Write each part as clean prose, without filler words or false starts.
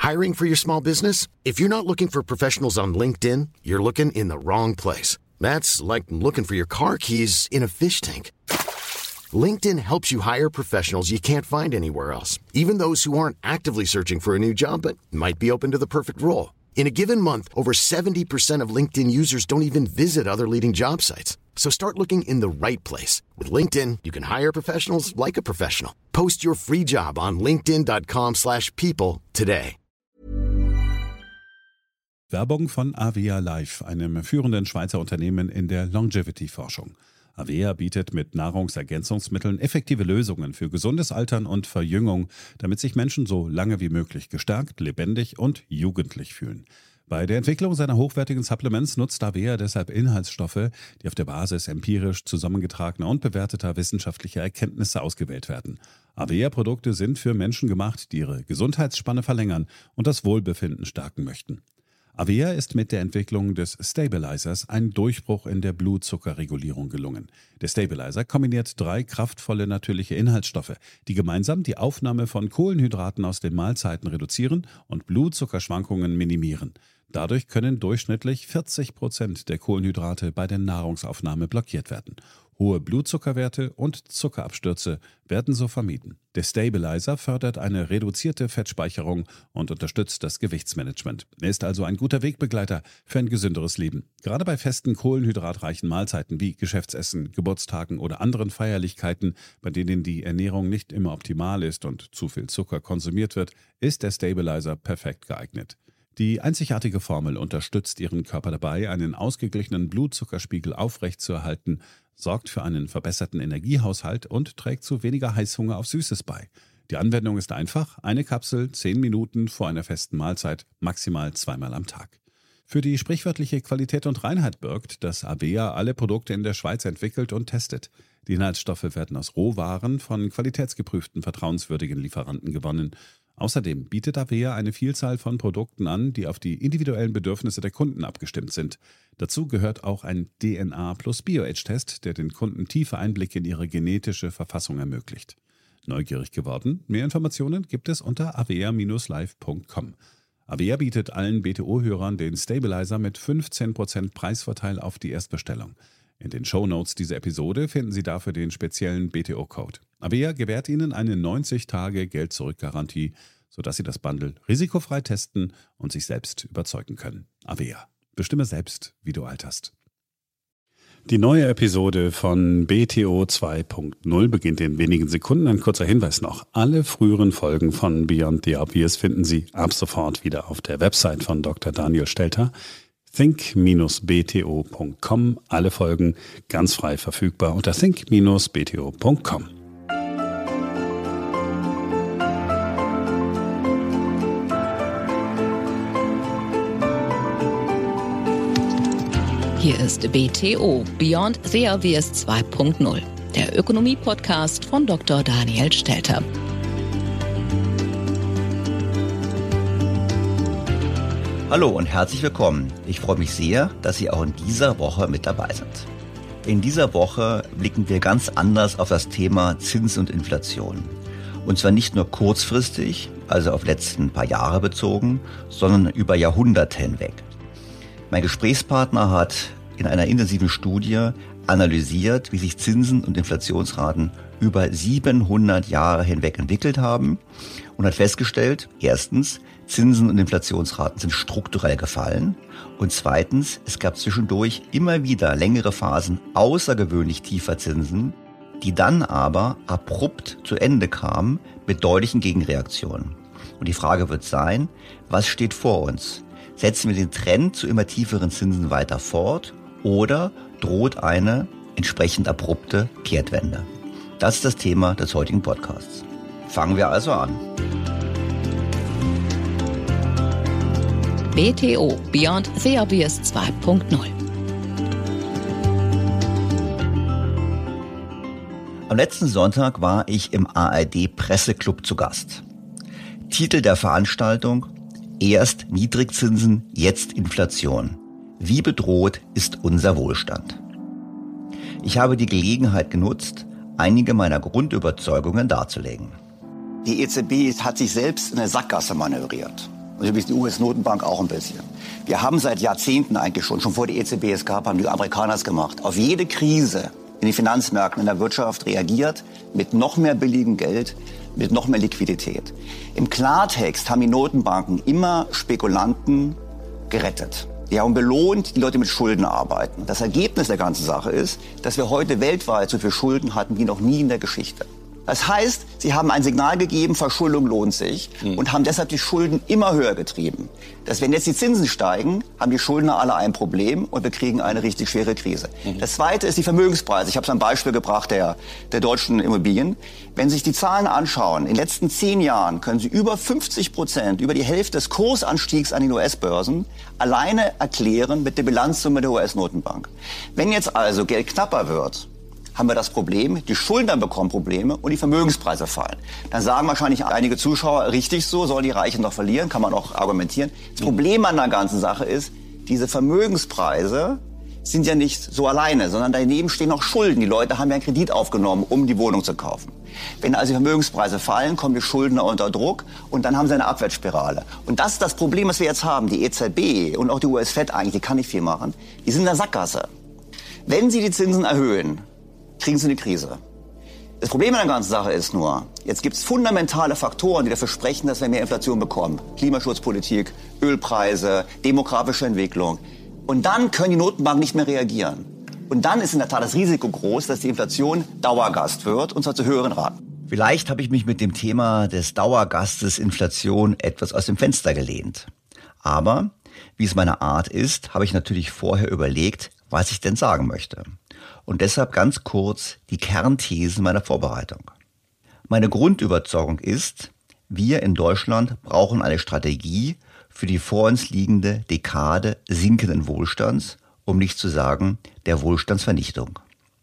Hiring for your small business? If you're not looking for professionals on LinkedIn, you're looking in the wrong place. That's like looking for your car keys in a fish tank. LinkedIn helps you hire professionals you can't find anywhere else, even those who aren't actively searching for a new job but might be open to the perfect role. In a given month, over 70% of LinkedIn users don't even visit other leading job sites. So start looking in the right place. With LinkedIn, you can hire professionals like a professional. Post your free job on linkedin.com/people today. Werbung von Avea Life, einem führenden Schweizer Unternehmen in der Longevity-Forschung. Avea bietet mit Nahrungsergänzungsmitteln effektive Lösungen für gesundes Altern und Verjüngung, damit sich Menschen so lange wie möglich gestärkt, lebendig und jugendlich fühlen. Bei der Entwicklung seiner hochwertigen Supplements nutzt Avea deshalb Inhaltsstoffe, die auf der Basis empirisch zusammengetragener und bewerteter wissenschaftlicher Erkenntnisse ausgewählt werden. Avea-Produkte sind für Menschen gemacht, die ihre Gesundheitsspanne verlängern und das Wohlbefinden stärken möchten. Avea ist mit der Entwicklung des Stabilizers ein Durchbruch in der Blutzuckerregulierung gelungen. Der Stabilizer kombiniert 3 kraftvolle natürliche Inhaltsstoffe, die gemeinsam die Aufnahme von Kohlenhydraten aus den Mahlzeiten reduzieren und Blutzuckerschwankungen minimieren. Dadurch können durchschnittlich 40% der Kohlenhydrate bei der Nahrungsaufnahme blockiert werden. Hohe Blutzuckerwerte und Zuckerabstürze werden so vermieden. Der Stabilizer fördert eine reduzierte Fettspeicherung und unterstützt das Gewichtsmanagement. Er ist also ein guter Wegbegleiter für ein gesünderes Leben. Gerade bei festen kohlenhydratreichen Mahlzeiten wie Geschäftsessen, Geburtstagen oder anderen Feierlichkeiten, bei denen die Ernährung nicht immer optimal ist und zu viel Zucker konsumiert wird, ist der Stabilizer perfekt geeignet. Die einzigartige Formel unterstützt Ihren Körper dabei, einen ausgeglichenen Blutzuckerspiegel aufrechtzuerhalten, sorgt für einen verbesserten Energiehaushalt und trägt zu weniger Heißhunger auf Süßes bei. Die Anwendung ist einfach: eine Kapsel 10 Minuten vor einer festen Mahlzeit, maximal 2-mal am Tag. Für die sprichwörtliche Qualität und Reinheit birgt, dass Avea alle Produkte in der Schweiz entwickelt und testet. Die Inhaltsstoffe werden aus Rohwaren von qualitätsgeprüften, vertrauenswürdigen Lieferanten gewonnen. Außerdem bietet Avea eine Vielzahl von Produkten an, die auf die individuellen Bedürfnisse der Kunden abgestimmt sind. Dazu gehört auch ein DNA plus Bio-Age-Test, der den Kunden tiefe Einblicke in ihre genetische Verfassung ermöglicht. Neugierig geworden? Mehr Informationen gibt es unter avea-live.com. Avea bietet allen BTO-Hörern den Stabilizer mit 15% Preisvorteil auf die Erstbestellung. In den Shownotes dieser Episode finden Sie dafür den speziellen BTO-Code. Avea gewährt Ihnen eine 90-Tage-Geld-Zurück-Garantie, sodass Sie das Bundle risikofrei testen und sich selbst überzeugen können. Avea. Bestimme selbst, wie du alterst. Die neue Episode von BTO 2.0 beginnt in wenigen Sekunden. Ein kurzer Hinweis noch: Alle früheren Folgen von Beyond the Obvious finden Sie ab sofort wieder auf der Website von Dr. Daniel Stelter. think-bto.com. Alle Folgen ganz frei verfügbar unter think-bto.com. Hier ist BTO, Beyond the Obvious 2.0, der Ökonomie-Podcast von Dr. Daniel Stelter. Hallo und herzlich willkommen. Ich freue mich sehr, dass Sie auch in dieser Woche mit dabei sind. In dieser Woche blicken wir ganz anders auf das Thema Zins und Inflation. Und zwar nicht nur kurzfristig, also auf letzten paar Jahre bezogen, sondern über Jahrhunderte hinweg. Mein Gesprächspartner hat in einer intensiven Studie analysiert, wie sich Zinsen und Inflationsraten über 700 Jahre hinweg entwickelt haben und hat festgestellt: Erstens, Zinsen und Inflationsraten sind strukturell gefallen, und zweitens, es gab zwischendurch immer wieder längere Phasen außergewöhnlich tiefer Zinsen, die dann aber abrupt zu Ende kamen mit deutlichen Gegenreaktionen. Und die Frage wird sein: Was steht vor uns? Setzen wir den Trend zu immer tieferen Zinsen weiter fort oder droht eine entsprechend abrupte Kehrtwende? Das ist das Thema des heutigen Podcasts. Fangen wir also an. BTO, Beyond the Obvious 2.0. Am letzten Sonntag war ich im ARD-Presseclub zu Gast. Titel der Veranstaltung: Erst Niedrigzinsen, jetzt Inflation. Wie bedroht ist unser Wohlstand? Ich habe die Gelegenheit genutzt, einige meiner Grundüberzeugungen darzulegen. Die EZB hat sich selbst in eine Sackgasse manövriert. Und übrigens die US-Notenbank auch ein bisschen. Wir haben seit Jahrzehnten eigentlich schon vor der EZB es gab, haben die Amerikaner es gemacht, auf jede Krise in den Finanzmärkten, in der Wirtschaft reagiert mit noch mehr billigem Geld, mit noch mehr Liquidität. Im Klartext haben die Notenbanken immer Spekulanten gerettet. Die haben belohnt, die Leute mit Schulden arbeiten. Das Ergebnis der ganzen Sache ist, dass wir heute weltweit so viel Schulden hatten wie noch nie in der Geschichte. Das heißt, sie haben ein Signal gegeben, Verschuldung lohnt sich und haben deshalb die Schulden immer höher getrieben. Dass wenn jetzt die Zinsen steigen, haben die Schuldner alle ein Problem und wir kriegen eine richtig schwere Krise. Das Zweite ist die Vermögenspreise. Ich habe es ein Beispiel gebracht der deutschen Immobilien. Wenn Sie sich die Zahlen anschauen, in den letzten 10 Jahren können Sie über 50%, über die Hälfte des Kursanstiegs an den US-Börsen alleine erklären mit der Bilanzsumme der US-Notenbank. Wenn jetzt also Geld knapper wird, haben wir das Problem, die Schuldner bekommen Probleme und die Vermögenspreise fallen. Dann sagen wahrscheinlich einige Zuschauer, richtig so, sollen die Reichen noch verlieren, kann man auch argumentieren. Das Problem an der ganzen Sache ist, diese Vermögenspreise sind ja nicht so alleine, sondern daneben stehen noch Schulden. Die Leute haben ja einen Kredit aufgenommen, um die Wohnung zu kaufen. Wenn also die Vermögenspreise fallen, kommen die Schuldner unter Druck und dann haben sie eine Abwärtsspirale. Und das ist das Problem, was wir jetzt haben. Die EZB und auch die US-Fed eigentlich, die kann nicht viel machen, die sind in der Sackgasse. Wenn sie die Zinsen erhöhen, kriegen sie eine Krise. Das Problem an der ganzen Sache ist nur, jetzt gibt es fundamentale Faktoren, die dafür sprechen, dass wir mehr Inflation bekommen. Klimaschutzpolitik, Ölpreise, demografische Entwicklung. Und dann können die Notenbanken nicht mehr reagieren. Und dann ist in der Tat das Risiko groß, dass die Inflation Dauergast wird, und zwar zu höheren Raten. Vielleicht habe ich mich mit dem Thema des Dauergastes Inflation etwas aus dem Fenster gelehnt. Aber, wie es meine Art ist, habe ich natürlich vorher überlegt, was ich denn sagen möchte. Und deshalb ganz kurz die Kernthesen meiner Vorbereitung. Meine Grundüberzeugung ist, wir in Deutschland brauchen eine Strategie für die vor uns liegende Dekade sinkenden Wohlstands, um nicht zu sagen der Wohlstandsvernichtung.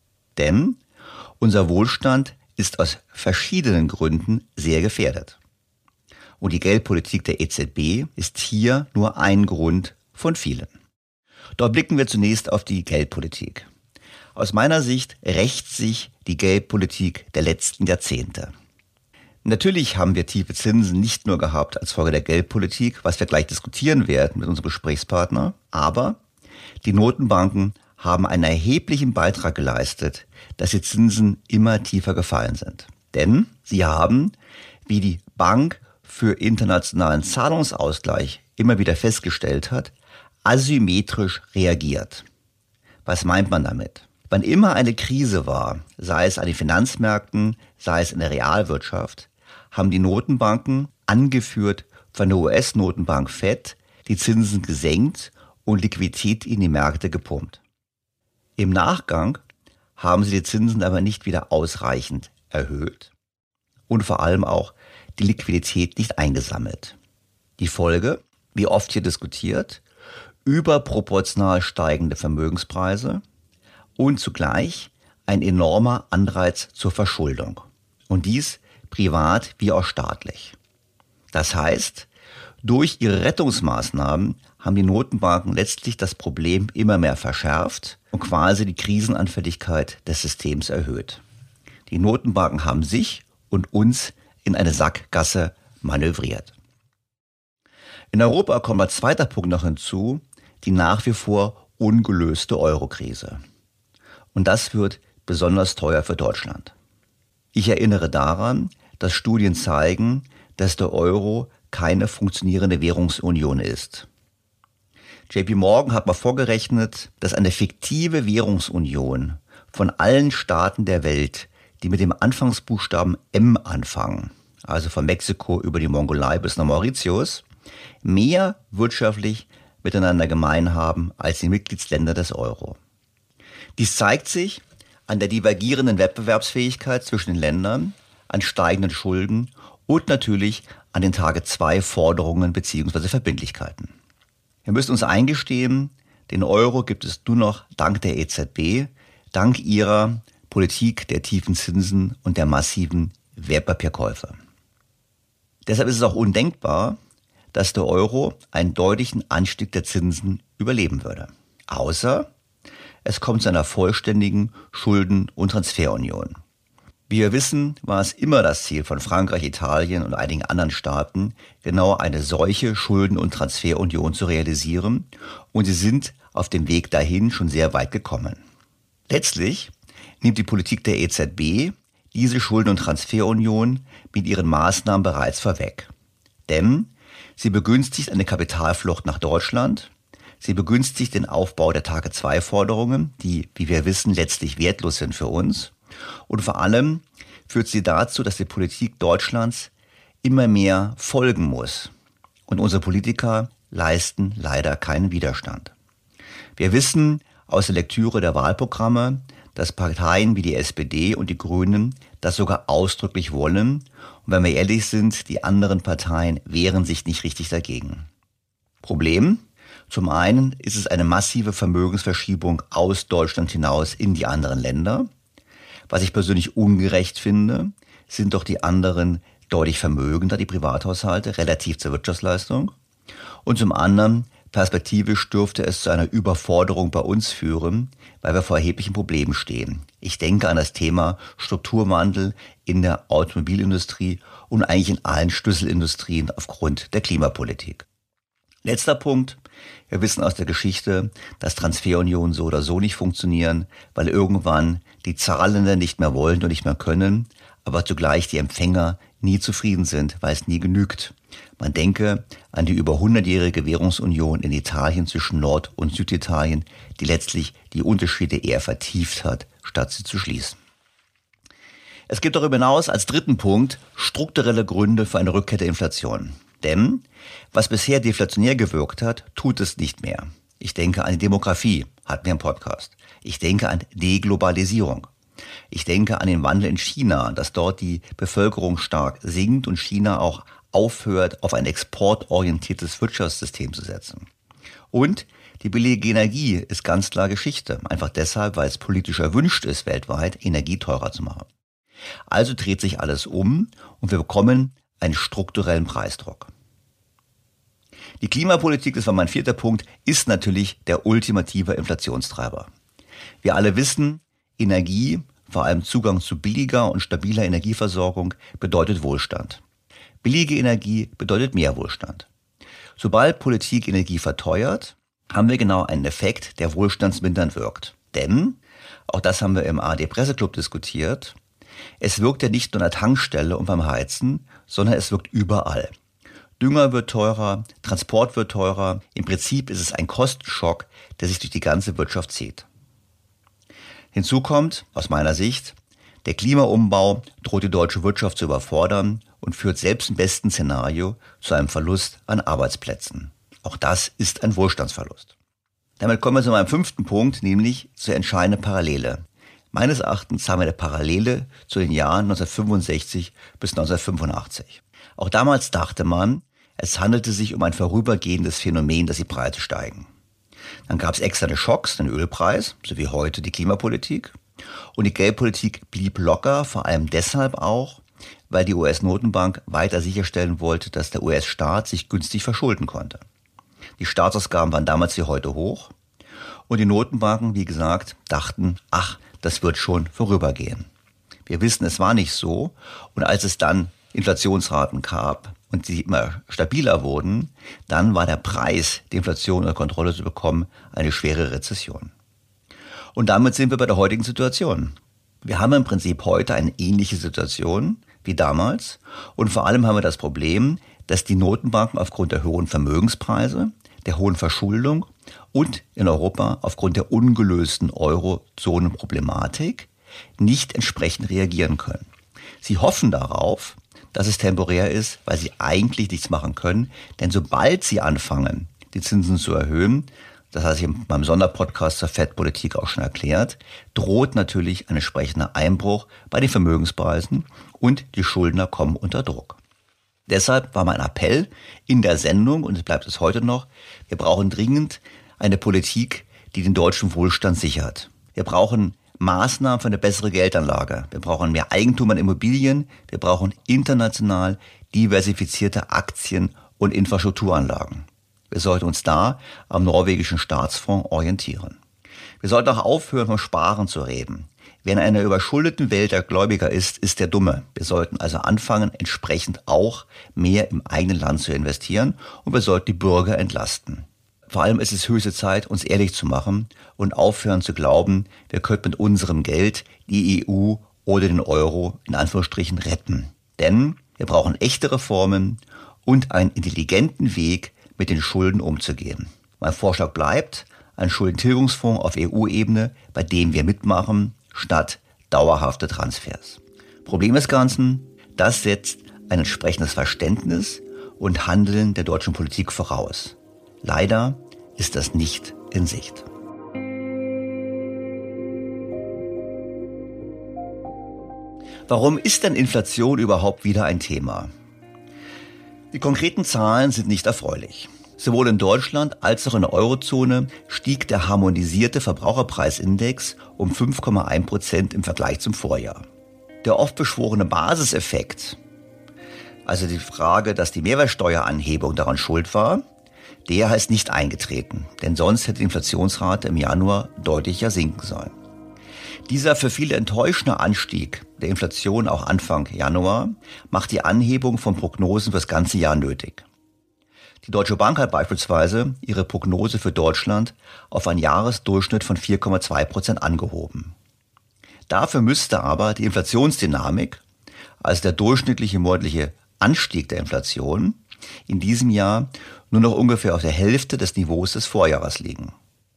Denn unser Wohlstand ist aus verschiedenen Gründen sehr gefährdet. Und die Geldpolitik der EZB ist hier nur ein Grund von vielen. Dort blicken wir zunächst auf die Geldpolitik. Aus meiner Sicht rächt sich die Geldpolitik der letzten Jahrzehnte. Natürlich haben wir tiefe Zinsen nicht nur gehabt als Folge der Geldpolitik, was wir gleich diskutieren werden mit unserem Gesprächspartner, aber die Notenbanken haben einen erheblichen Beitrag geleistet, dass die Zinsen immer tiefer gefallen sind. Denn sie haben, wie die Bank für internationalen Zahlungsausgleich immer wieder festgestellt hat, asymmetrisch reagiert. Was meint man damit? Wann immer eine Krise war, sei es an den Finanzmärkten, sei es in der Realwirtschaft, haben die Notenbanken, angeführt von der US-Notenbank Fed, die Zinsen gesenkt und Liquidität in die Märkte gepumpt. Im Nachgang haben sie die Zinsen aber nicht wieder ausreichend erhöht und vor allem auch die Liquidität nicht eingesammelt. Die Folge, wie oft hier diskutiert, überproportional steigende Vermögenspreise und zugleich ein enormer Anreiz zur Verschuldung. Und dies privat wie auch staatlich. Das heißt, durch ihre Rettungsmaßnahmen haben die Notenbanken letztlich das Problem immer mehr verschärft und quasi die Krisenanfälligkeit des Systems erhöht. Die Notenbanken haben sich und uns in eine Sackgasse manövriert. In Europa kommt als zweiter Punkt noch hinzu, die nach wie vor ungelöste Euro-Krise. Und das wird besonders teuer für Deutschland. Ich erinnere daran, dass Studien zeigen, dass der Euro keine funktionierende Währungsunion ist. JP Morgan hat mal vorgerechnet, dass eine fiktive Währungsunion von allen Staaten der Welt, die mit dem Anfangsbuchstaben M anfangen, also von Mexiko über die Mongolei bis nach Mauritius, mehr wirtschaftlich miteinander gemein haben als die Mitgliedsländer des Euro. Dies zeigt sich an der divergierenden Wettbewerbsfähigkeit zwischen den Ländern, an steigenden Schulden und natürlich an den Tage-2-Forderungen bzw. Verbindlichkeiten. Wir müssen uns eingestehen, den Euro gibt es nur noch dank der EZB, dank ihrer Politik der tiefen Zinsen und der massiven Wertpapierkäufe. Deshalb ist es auch undenkbar, dass der Euro einen deutlichen Anstieg der Zinsen überleben würde. Außer es kommt zu einer vollständigen Schulden- und Transferunion. Wie wir wissen, war es immer das Ziel von Frankreich, Italien und einigen anderen Staaten, genau eine solche Schulden- und Transferunion zu realisieren. Und sie sind auf dem Weg dahin schon sehr weit gekommen. Letztlich nimmt die Politik der EZB diese Schulden- und Transferunion mit ihren Maßnahmen bereits vorweg. Denn sie begünstigt eine Kapitalflucht nach Deutschland, sie begünstigt den Aufbau der Tage-2-Forderungen, die, wie wir wissen, letztlich wertlos sind für uns. Und vor allem führt sie dazu, dass die Politik Deutschlands immer mehr folgen muss. Und unsere Politiker leisten leider keinen Widerstand. Wir wissen aus der Lektüre der Wahlprogramme, dass Parteien wie die SPD und die Grünen das sogar ausdrücklich wollen. Und wenn wir ehrlich sind, die anderen Parteien wehren sich nicht richtig dagegen. Problem? Zum einen ist es eine massive Vermögensverschiebung aus Deutschland hinaus in die anderen Länder. Was ich persönlich ungerecht finde, sind doch die anderen deutlich vermögender, die Privathaushalte, relativ zur Wirtschaftsleistung. Und zum anderen, perspektivisch dürfte es zu einer Überforderung bei uns führen, weil wir vor erheblichen Problemen stehen. Ich denke an das Thema Strukturwandel in der Automobilindustrie und eigentlich in allen Schlüsselindustrien aufgrund der Klimapolitik. Letzter Punkt. Wir wissen aus der Geschichte, dass Transferunionen so oder so nicht funktionieren, weil irgendwann die Zahlenden nicht mehr wollen und nicht mehr können, aber zugleich die Empfänger nie zufrieden sind, weil es nie genügt. Man denke an die über 100-jährige Währungsunion in Italien zwischen Nord- und Süditalien, die letztlich die Unterschiede eher vertieft hat, statt sie zu schließen. Es gibt darüber hinaus als dritten Punkt strukturelle Gründe für eine Rückkehr der Inflation. Denn was bisher deflationär gewirkt hat, tut es nicht mehr. Ich denke an die Demografie, hatten wir im Podcast. Ich denke an Deglobalisierung. Ich denke an den Wandel in China, dass dort die Bevölkerung stark sinkt und China auch aufhört, auf ein exportorientiertes Wirtschaftssystem zu setzen. Und die billige Energie ist ganz klar Geschichte. Einfach deshalb, weil es politisch erwünscht ist, weltweit Energie teurer zu machen. Also dreht sich alles um und wir bekommen einen strukturellen Preisdruck. Die Klimapolitik, das war mein vierter Punkt, ist natürlich der ultimative Inflationstreiber. Wir alle wissen, Energie, vor allem Zugang zu billiger und stabiler Energieversorgung, bedeutet Wohlstand. Billige Energie bedeutet mehr Wohlstand. Sobald Politik Energie verteuert, haben wir genau einen Effekt, der wohlstandsmindernd wirkt. Denn, auch das haben wir im ARD-Presseclub diskutiert, es wirkt ja nicht nur an der Tankstelle und beim Heizen, sondern es wirkt überall. Dünger wird teurer, Transport wird teurer. Im Prinzip ist es ein Kostenschock, der sich durch die ganze Wirtschaft zieht. Hinzu kommt, aus meiner Sicht, der Klimaumbau droht die deutsche Wirtschaft zu überfordern und führt selbst im besten Szenario zu einem Verlust an Arbeitsplätzen. Auch das ist ein Wohlstandsverlust. Damit kommen wir zu meinem fünften Punkt, nämlich zur entscheidenden Parallele. Meines Erachtens haben wir eine Parallele zu den Jahren 1965 bis 1985. Auch damals dachte man, es handelte sich um ein vorübergehendes Phänomen, dass die Preise steigen. Dann gab es externe Schocks, den Ölpreis, so wie heute die Klimapolitik. Und die Geldpolitik blieb locker, vor allem deshalb auch, weil die US-Notenbank weiter sicherstellen wollte, dass der US-Staat sich günstig verschulden konnte. Die Staatsausgaben waren damals wie heute hoch. Und die Notenbanken, wie gesagt, dachten, ach, das wird schon vorübergehen. Wir wissen, es war nicht so. Und als es dann Inflationsraten gab und sie immer stabiler wurden, dann war der Preis, die Inflation unter Kontrolle zu bekommen, eine schwere Rezession. Und damit sind wir bei der heutigen Situation. Wir haben im Prinzip heute eine ähnliche Situation wie damals. Und vor allem haben wir das Problem, dass die Notenbanken aufgrund der hohen Vermögenspreise, der hohen Verschuldung und in Europa aufgrund der ungelösten Eurozonenproblematik nicht entsprechend reagieren können. Sie hoffen darauf, dass es temporär ist, weil sie eigentlich nichts machen können. Denn sobald sie anfangen, die Zinsen zu erhöhen, das habe ich in meinem Sonderpodcast zur Fed-Politik auch schon erklärt, droht natürlich ein entsprechender Einbruch bei den Vermögenspreisen und die Schuldner kommen unter Druck. Deshalb war mein Appell in der Sendung, und es bleibt es heute noch, wir brauchen dringend eine Politik, die den deutschen Wohlstand sichert. Wir brauchen Maßnahmen für eine bessere Geldanlage. Wir brauchen mehr Eigentum an Immobilien. Wir brauchen international diversifizierte Aktien- und Infrastrukturanlagen. Wir sollten uns da am norwegischen Staatsfonds orientieren. Wir sollten auch aufhören, vom Sparen zu reden. Wer in einer überschuldeten Welt der Gläubiger ist, ist der Dumme. Wir sollten also anfangen, entsprechend auch mehr im eigenen Land zu investieren und wir sollten die Bürger entlasten. Vor allem ist es höchste Zeit, uns ehrlich zu machen und aufhören zu glauben, wir könnten mit unserem Geld die EU oder den Euro in Anführungsstrichen retten. Denn wir brauchen echte Reformen und einen intelligenten Weg, mit den Schulden umzugehen. Mein Vorschlag bleibt ein Schuldentilgungsfonds auf EU-Ebene, bei dem wir mitmachen, statt dauerhafte Transfers. Problem des Ganzen, das setzt ein entsprechendes Verständnis und Handeln der deutschen Politik voraus. Leider ist das nicht in Sicht. Warum ist denn Inflation überhaupt wieder ein Thema? Die konkreten Zahlen sind nicht erfreulich. Sowohl in Deutschland als auch in der Eurozone stieg der harmonisierte Verbraucherpreisindex um 5,1% im Vergleich zum Vorjahr. Der oft beschworene Basiseffekt, also die Frage, dass die Mehrwertsteueranhebung daran schuld war, der ist nicht eingetreten, denn sonst hätte die Inflationsrate im Januar deutlicher sinken sollen. Dieser für viele enttäuschende Anstieg der Inflation auch Anfang Januar macht die Anhebung von Prognosen für das ganze Jahr nötig. Die Deutsche Bank hat beispielsweise ihre Prognose für Deutschland auf einen Jahresdurchschnitt von 4,2% angehoben. Dafür müsste aber die Inflationsdynamik, also der durchschnittliche monatliche Anstieg der Inflation, in diesem Jahr nur noch ungefähr auf der Hälfte des Niveaus des Vorjahres liegen.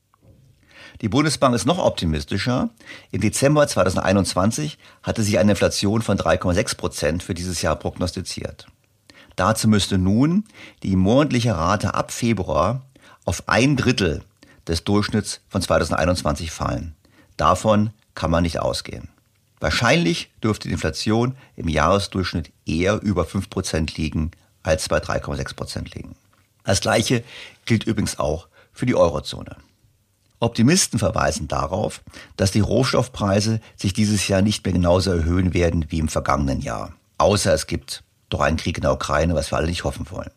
Die Bundesbank ist noch optimistischer. Im Dezember 2021 hatte sie eine Inflation von 3,6% für dieses Jahr prognostiziert. Dazu müsste nun die monatliche Rate ab Februar auf 1/3 des Durchschnitts von 2021 fallen. Davon kann man nicht ausgehen. Wahrscheinlich dürfte die Inflation im Jahresdurchschnitt eher über 5% liegen, als bei 3,6% liegen. Das Gleiche gilt übrigens auch für die Eurozone. Optimisten verweisen darauf, dass die Rohstoffpreise sich dieses Jahr nicht mehr genauso erhöhen werden wie im vergangenen Jahr. Außer es gibt doch einen Krieg in der Ukraine, was wir alle nicht hoffen wollen.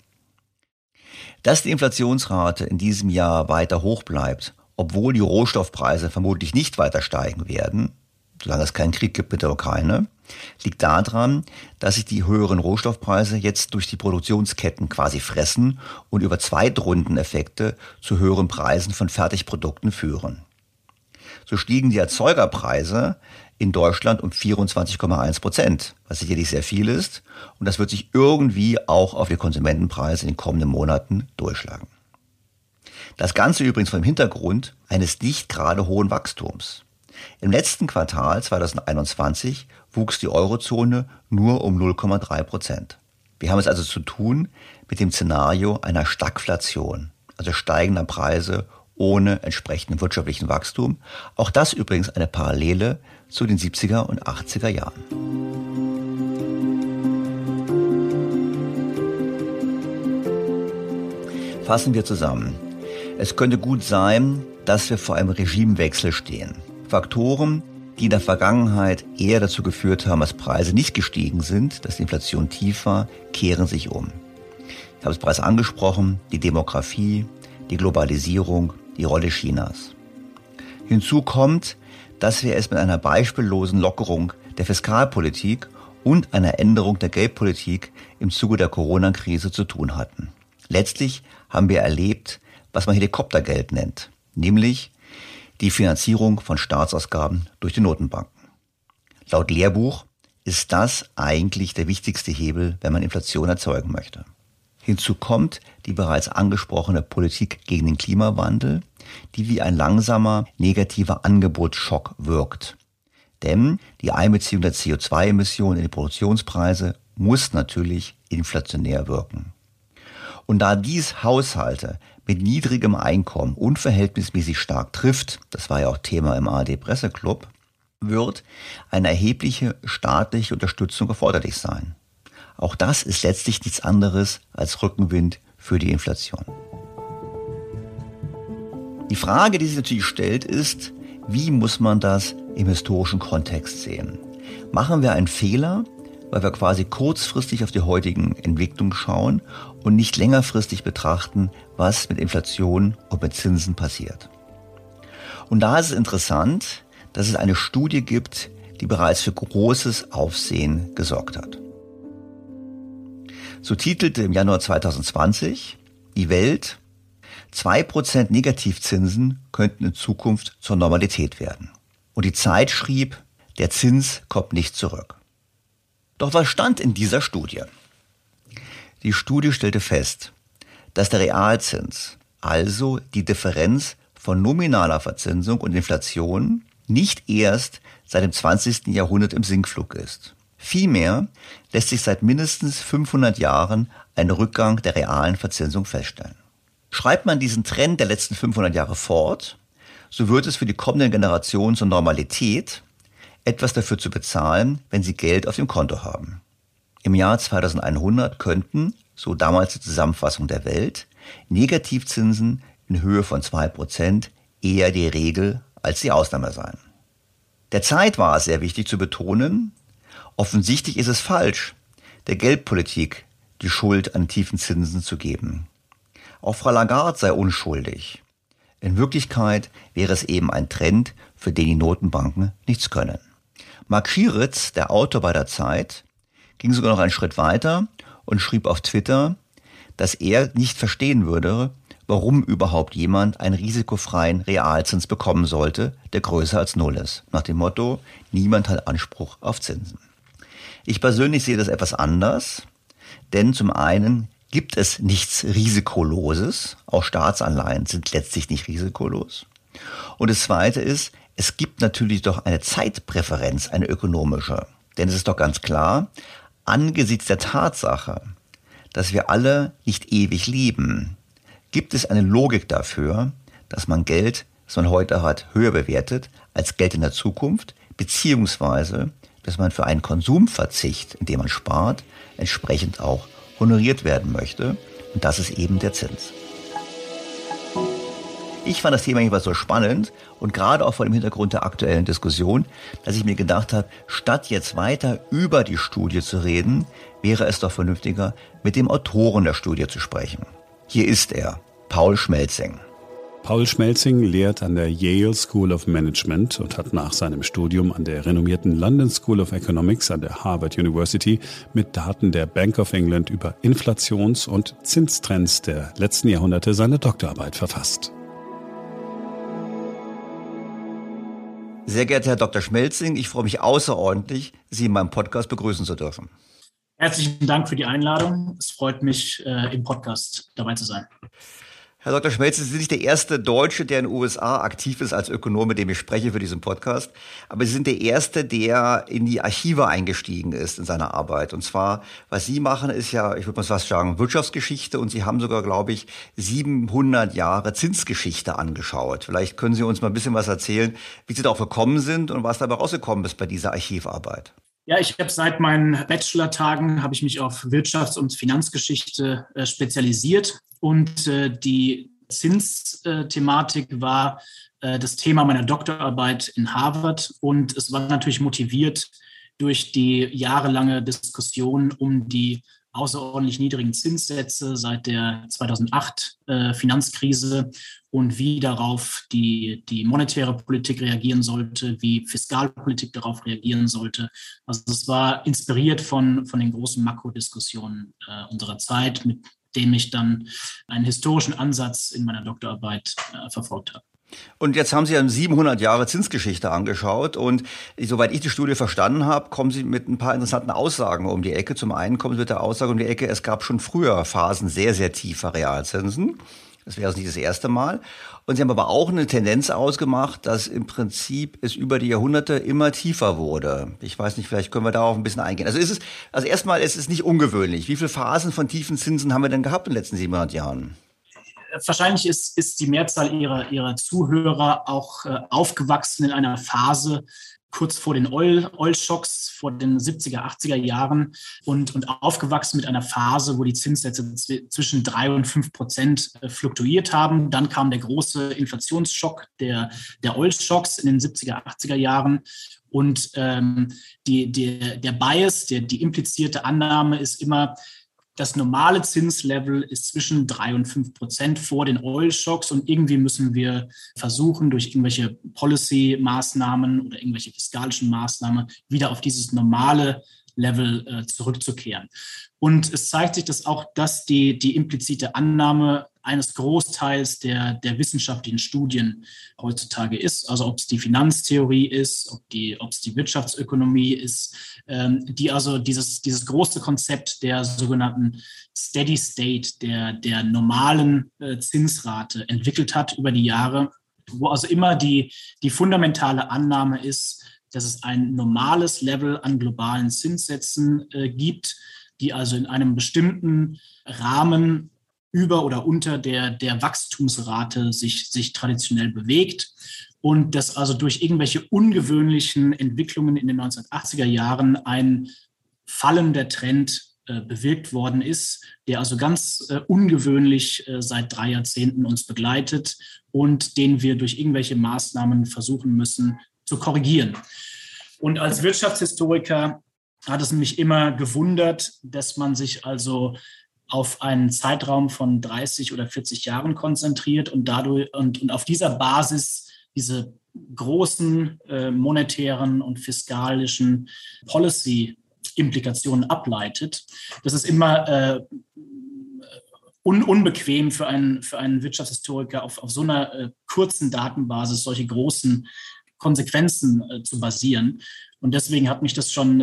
Dass die Inflationsrate in diesem Jahr weiter hoch bleibt, obwohl die Rohstoffpreise vermutlich nicht weiter steigen werden, solange es keinen Krieg gibt mit der Ukraine, liegt daran, dass sich die höheren Rohstoffpreise jetzt durch die Produktionsketten quasi fressen und über Zweitrundeneffekte zu höheren Preisen von Fertigprodukten führen. So stiegen die Erzeugerpreise in Deutschland um 24,1%, was sicherlich sehr viel ist, und das wird sich irgendwie auch auf die Konsumentenpreise in den kommenden Monaten durchschlagen. Das Ganze übrigens vor dem Hintergrund eines nicht gerade hohen Wachstums. Im letzten Quartal 2021 wuchs die Eurozone nur um 0,3%. Wir haben es also zu tun mit dem Szenario einer Stagflation, also steigender Preise ohne entsprechenden wirtschaftlichen Wachstum. Auch das übrigens eine Parallele zu den 70er und 80er Jahren. Fassen wir zusammen. Es könnte gut sein, dass wir vor einem Regimewechsel stehen. Faktoren, die in der Vergangenheit eher dazu geführt haben, dass Preise nicht gestiegen sind, dass die Inflation tief war, kehren sich um. Ich habe es bereits angesprochen, die Demografie, die Globalisierung, die Rolle Chinas. Hinzu kommt, dass wir es mit einer beispiellosen Lockerung der Fiskalpolitik und einer Änderung der Geldpolitik im Zuge der Corona-Krise zu tun hatten. Letztlich haben wir erlebt, was man Helikoptergeld nennt, nämlich die Finanzierung von Staatsausgaben durch die Notenbanken. Laut Lehrbuch ist das eigentlich der wichtigste Hebel, wenn man Inflation erzeugen möchte. Hinzu kommt die bereits angesprochene Politik gegen den Klimawandel, die wie ein langsamer negativer Angebotsschock wirkt. Denn die Einbeziehung der CO2-Emissionen in die Produktionspreise muss natürlich inflationär wirken. Und da dies Haushalte mit niedrigem Einkommen unverhältnismäßig stark trifft, das war ja auch Thema im ARD-Presseclub, wird eine erhebliche staatliche Unterstützung erforderlich sein. Auch das ist letztlich nichts anderes als Rückenwind für die Inflation. Die Frage, die sich natürlich stellt, ist, wie muss man das im historischen Kontext sehen? Machen wir einen Fehler, weil wir quasi kurzfristig auf die heutigen Entwicklungen schauen und nicht längerfristig betrachten, was mit Inflation und mit Zinsen passiert? Und da ist es interessant, dass es eine Studie gibt, die bereits für großes Aufsehen gesorgt hat. So titelte im Januar 2020 die Welt, 2% Negativzinsen könnten in Zukunft zur Normalität werden. Und die Zeit schrieb, der Zins kommt nicht zurück. Doch was stand in dieser Studie? Die Studie stellte fest, dass der Realzins, also die Differenz von nominaler Verzinsung und Inflation, nicht erst seit dem 20. Jahrhundert im Sinkflug ist. Vielmehr lässt sich seit mindestens 500 Jahren ein Rückgang der realen Verzinsung feststellen. Schreibt man diesen Trend der letzten 500 Jahre fort, so wird es für die kommenden Generationen zur Normalität, etwas dafür zu bezahlen, wenn sie Geld auf dem Konto haben. Im Jahr 2100 könnten, so damals die Zusammenfassung der Welt, Negativzinsen in Höhe von 2% eher die Regel als die Ausnahme sein. Der Zeit war es sehr wichtig zu betonen, offensichtlich ist es falsch, der Geldpolitik die Schuld an tiefen Zinsen zu geben. Auch Frau Lagarde sei unschuldig. In Wirklichkeit wäre es eben ein Trend, für den die Notenbanken nichts können. Mark Schieritz, der Autor bei der Zeit, ging sogar noch einen Schritt weiter und schrieb auf Twitter, dass er nicht verstehen würde, warum überhaupt jemand einen risikofreien Realzins bekommen sollte, der größer als 0 ist. Nach dem Motto, niemand hat Anspruch auf Zinsen. Ich persönlich sehe das etwas anders, denn zum einen gibt es nichts Risikoloses, auch Staatsanleihen sind letztlich nicht risikolos. Und das Zweite ist, es gibt natürlich doch eine Zeitpräferenz, eine ökonomische. Denn es ist doch ganz klar, angesichts der Tatsache, dass wir alle nicht ewig leben, gibt es eine Logik dafür, dass man Geld, das man heute hat, höher bewertet als Geld in der Zukunft, beziehungsweise dass man für einen Konsumverzicht, indem man spart, entsprechend auch honoriert werden möchte. Und das ist eben der Zins. Ich fand das Thema jedenfalls so spannend und gerade auch vor dem Hintergrund der aktuellen Diskussion, dass ich mir gedacht habe, statt jetzt weiter über die Studie zu reden, wäre es doch vernünftiger, mit dem Autoren der Studie zu sprechen. Hier ist er, Paul Schmelzing. Paul Schmelzing lehrt an der Yale School of Management und hat nach seinem Studium an der renommierten London School of Economics an der Harvard University mit Daten der Bank of England über Inflations- und Zinstrends der letzten Jahrhunderte seine Doktorarbeit verfasst. Sehr geehrter Herr Dr. Schmelzing, ich freue mich außerordentlich, Sie in meinem Podcast begrüßen zu dürfen. Herzlichen Dank für die Einladung. Es freut mich, im Podcast dabei zu sein. Herr Dr. Schmelzing, Sie sind nicht der erste Deutsche, der in den USA aktiv ist als Ökonom, mit dem ich spreche für diesen Podcast. Aber Sie sind der Erste, der in die Archive eingestiegen ist in seiner Arbeit. Und zwar, was Sie machen, ist ja, ich würde mal fast sagen, Wirtschaftsgeschichte. Und Sie haben sogar, glaube ich, 700 Jahre Zinsgeschichte angeschaut. Vielleicht können Sie uns mal ein bisschen was erzählen, wie Sie darauf gekommen sind und was dabei rausgekommen ist bei dieser Archivarbeit. Ja, ich habe seit meinen Bachelor-Tagen habe ich mich auf Wirtschafts- und Finanzgeschichte spezialisiert und die Zinsthematik war das Thema meiner Doktorarbeit in Harvard und es war natürlich motiviert durch die jahrelange Diskussion um die außerordentlich niedrigen Zinssätze seit der 2008 Finanzkrise und wie darauf die monetäre Politik reagieren sollte, wie Fiskalpolitik darauf reagieren sollte. Also es war inspiriert von den großen Makrodiskussionen unserer Zeit, mit denen ich dann einen historischen Ansatz in meiner Doktorarbeit verfolgt habe. Und jetzt haben Sie ja 700 Jahre Zinsgeschichte angeschaut und soweit ich die Studie verstanden habe, kommen Sie mit ein paar interessanten Aussagen um die Ecke. Zum einen kommen Sie mit der Aussage um die Ecke, es gab schon früher Phasen sehr, sehr tiefer Realzinsen. Das wäre also nicht das erste Mal. Und Sie haben aber auch eine Tendenz ausgemacht, dass im Prinzip es über die Jahrhunderte immer tiefer wurde. Ich weiß nicht, vielleicht können wir darauf ein bisschen eingehen. Also erstmal, es ist nicht ungewöhnlich. Wie viele Phasen von tiefen Zinsen haben wir denn gehabt in den letzten 700 Jahren? Wahrscheinlich ist die Mehrzahl ihrer Zuhörer auch aufgewachsen in einer Phase kurz vor den Oil-Schocks, vor den 70er, 80er Jahren und aufgewachsen mit einer Phase, wo die Zinssätze zwischen 3 und 5% fluktuiert haben. Dann kam der große Inflationsschock der Oil-Schocks in den 70er, 80er Jahren. Und der Bias, die implizierte Annahme ist immer, das normale Zinslevel ist zwischen 3 und 5% vor den Oil-Shocks und irgendwie müssen wir versuchen, durch irgendwelche Policy-Maßnahmen oder irgendwelche fiskalischen Maßnahmen wieder auf dieses normale Level zurückzukehren. Und es zeigt sich, dass auch das die implizite Annahme eines Großteils der wissenschaftlichen Studien heutzutage ist. Also ob es die Finanztheorie ist, ob es die Wirtschaftsökonomie ist, die also dieses große Konzept der sogenannten Steady State, der normalen Zinsrate entwickelt hat über die Jahre, wo also immer die fundamentale Annahme ist, dass es ein normales Level an globalen Zinssätzen gibt, die also in einem bestimmten Rahmen über oder unter der Wachstumsrate sich traditionell bewegt und dass also durch irgendwelche ungewöhnlichen Entwicklungen in den 1980er Jahren ein fallender Trend bewirkt worden ist, der also ganz ungewöhnlich seit 3 Jahrzehnten uns begleitet und den wir durch irgendwelche Maßnahmen versuchen müssen zu korrigieren. Und als Wirtschaftshistoriker hat es mich immer gewundert, dass man sich also auf einen Zeitraum von 30 oder 40 Jahren konzentriert und dadurch und auf dieser Basis diese großen monetären und fiskalischen Policy-Implikationen ableitet. Das ist immer unbequem für einen Wirtschaftshistoriker, auf so einer kurzen Datenbasis solche großen Konsequenzen zu basieren. Und deswegen hat mich das schon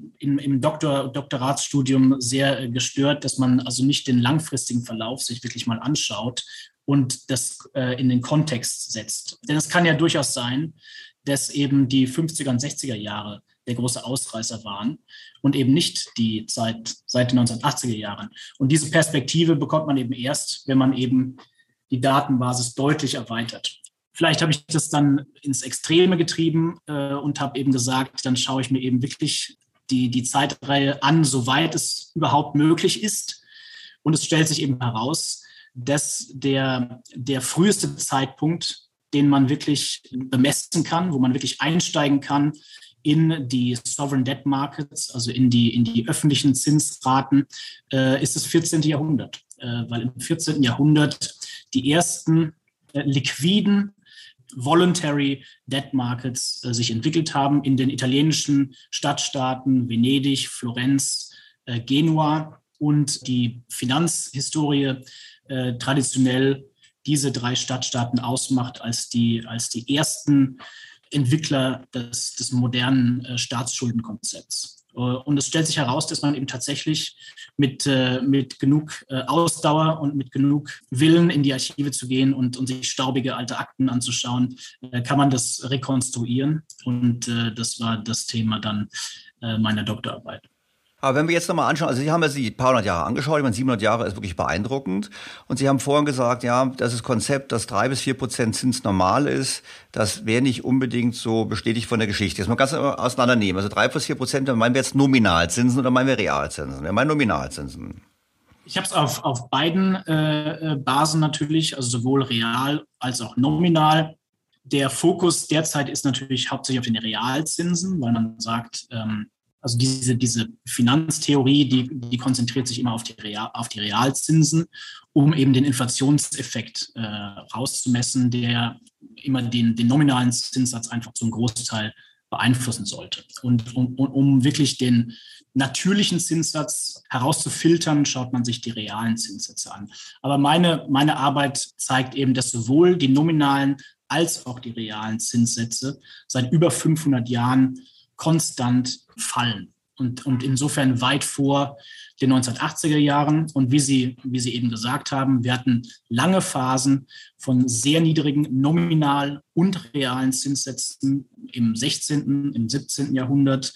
im Doktoratsstudium sehr gestört, dass man also nicht den langfristigen Verlauf sich wirklich mal anschaut und das in den Kontext setzt. Denn es kann ja durchaus sein, dass eben die 50er und 60er Jahre der große Ausreißer waren und eben nicht die Zeit seit den 1980er Jahren. Und diese Perspektive bekommt man eben erst, wenn man eben die Datenbasis deutlich erweitert. Vielleicht habe ich das dann ins Extreme getrieben und habe eben gesagt, dann schaue ich mir eben wirklich die Zeitreihe an, soweit es überhaupt möglich ist. Und es stellt sich eben heraus, dass der früheste Zeitpunkt, den man wirklich bemessen kann, wo man wirklich einsteigen kann in die Sovereign Debt Markets, also in die öffentlichen Zinsraten, ist das 14. Jahrhundert. Weil im 14. Jahrhundert die ersten liquiden Voluntary Debt Markets sich entwickelt haben in den italienischen Stadtstaaten Venedig, Florenz, Genua und die Finanzhistorie traditionell diese 3 Stadtstaaten ausmacht als die ersten Entwickler des modernen Staatsschuldenkonzepts. Und es stellt sich heraus, dass man eben tatsächlich mit genug Ausdauer und mit genug Willen in die Archive zu gehen und sich staubige alte Akten anzuschauen, kann man das rekonstruieren. Und das war das Thema dann meiner Doktorarbeit. Aber wenn wir jetzt nochmal anschauen, also Sie haben ja die paar hundert Jahre angeschaut, ich meine 700 Jahre ist wirklich beeindruckend. Und Sie haben vorhin gesagt, ja, das Konzept, dass 3-4% Zins normal ist, das wäre nicht unbedingt so bestätigt von der Geschichte. Das muss man ganz auseinandernehmen. Also 3-4%, meinen wir jetzt Nominalzinsen oder meinen wir Realzinsen? Wir meinen Nominalzinsen. Ich habe es auf beiden Basen natürlich, also sowohl real als auch nominal. Der Fokus derzeit ist natürlich hauptsächlich auf den Realzinsen, weil man sagt, also diese Finanztheorie, die konzentriert sich immer auf die Realzinsen, um eben den Inflationseffekt rauszumessen, der immer den nominalen Zinssatz einfach zum Großteil beeinflussen sollte. Und um wirklich den natürlichen Zinssatz herauszufiltern, schaut man sich die realen Zinssätze an. Aber meine Arbeit zeigt eben, dass sowohl die nominalen als auch die realen Zinssätze seit über 500 Jahren konstant fallen und insofern weit vor den 1980er Jahren. Und wie Sie eben gesagt haben, wir hatten lange Phasen von sehr niedrigen nominal und realen Zinssätzen im 16., im 17. Jahrhundert.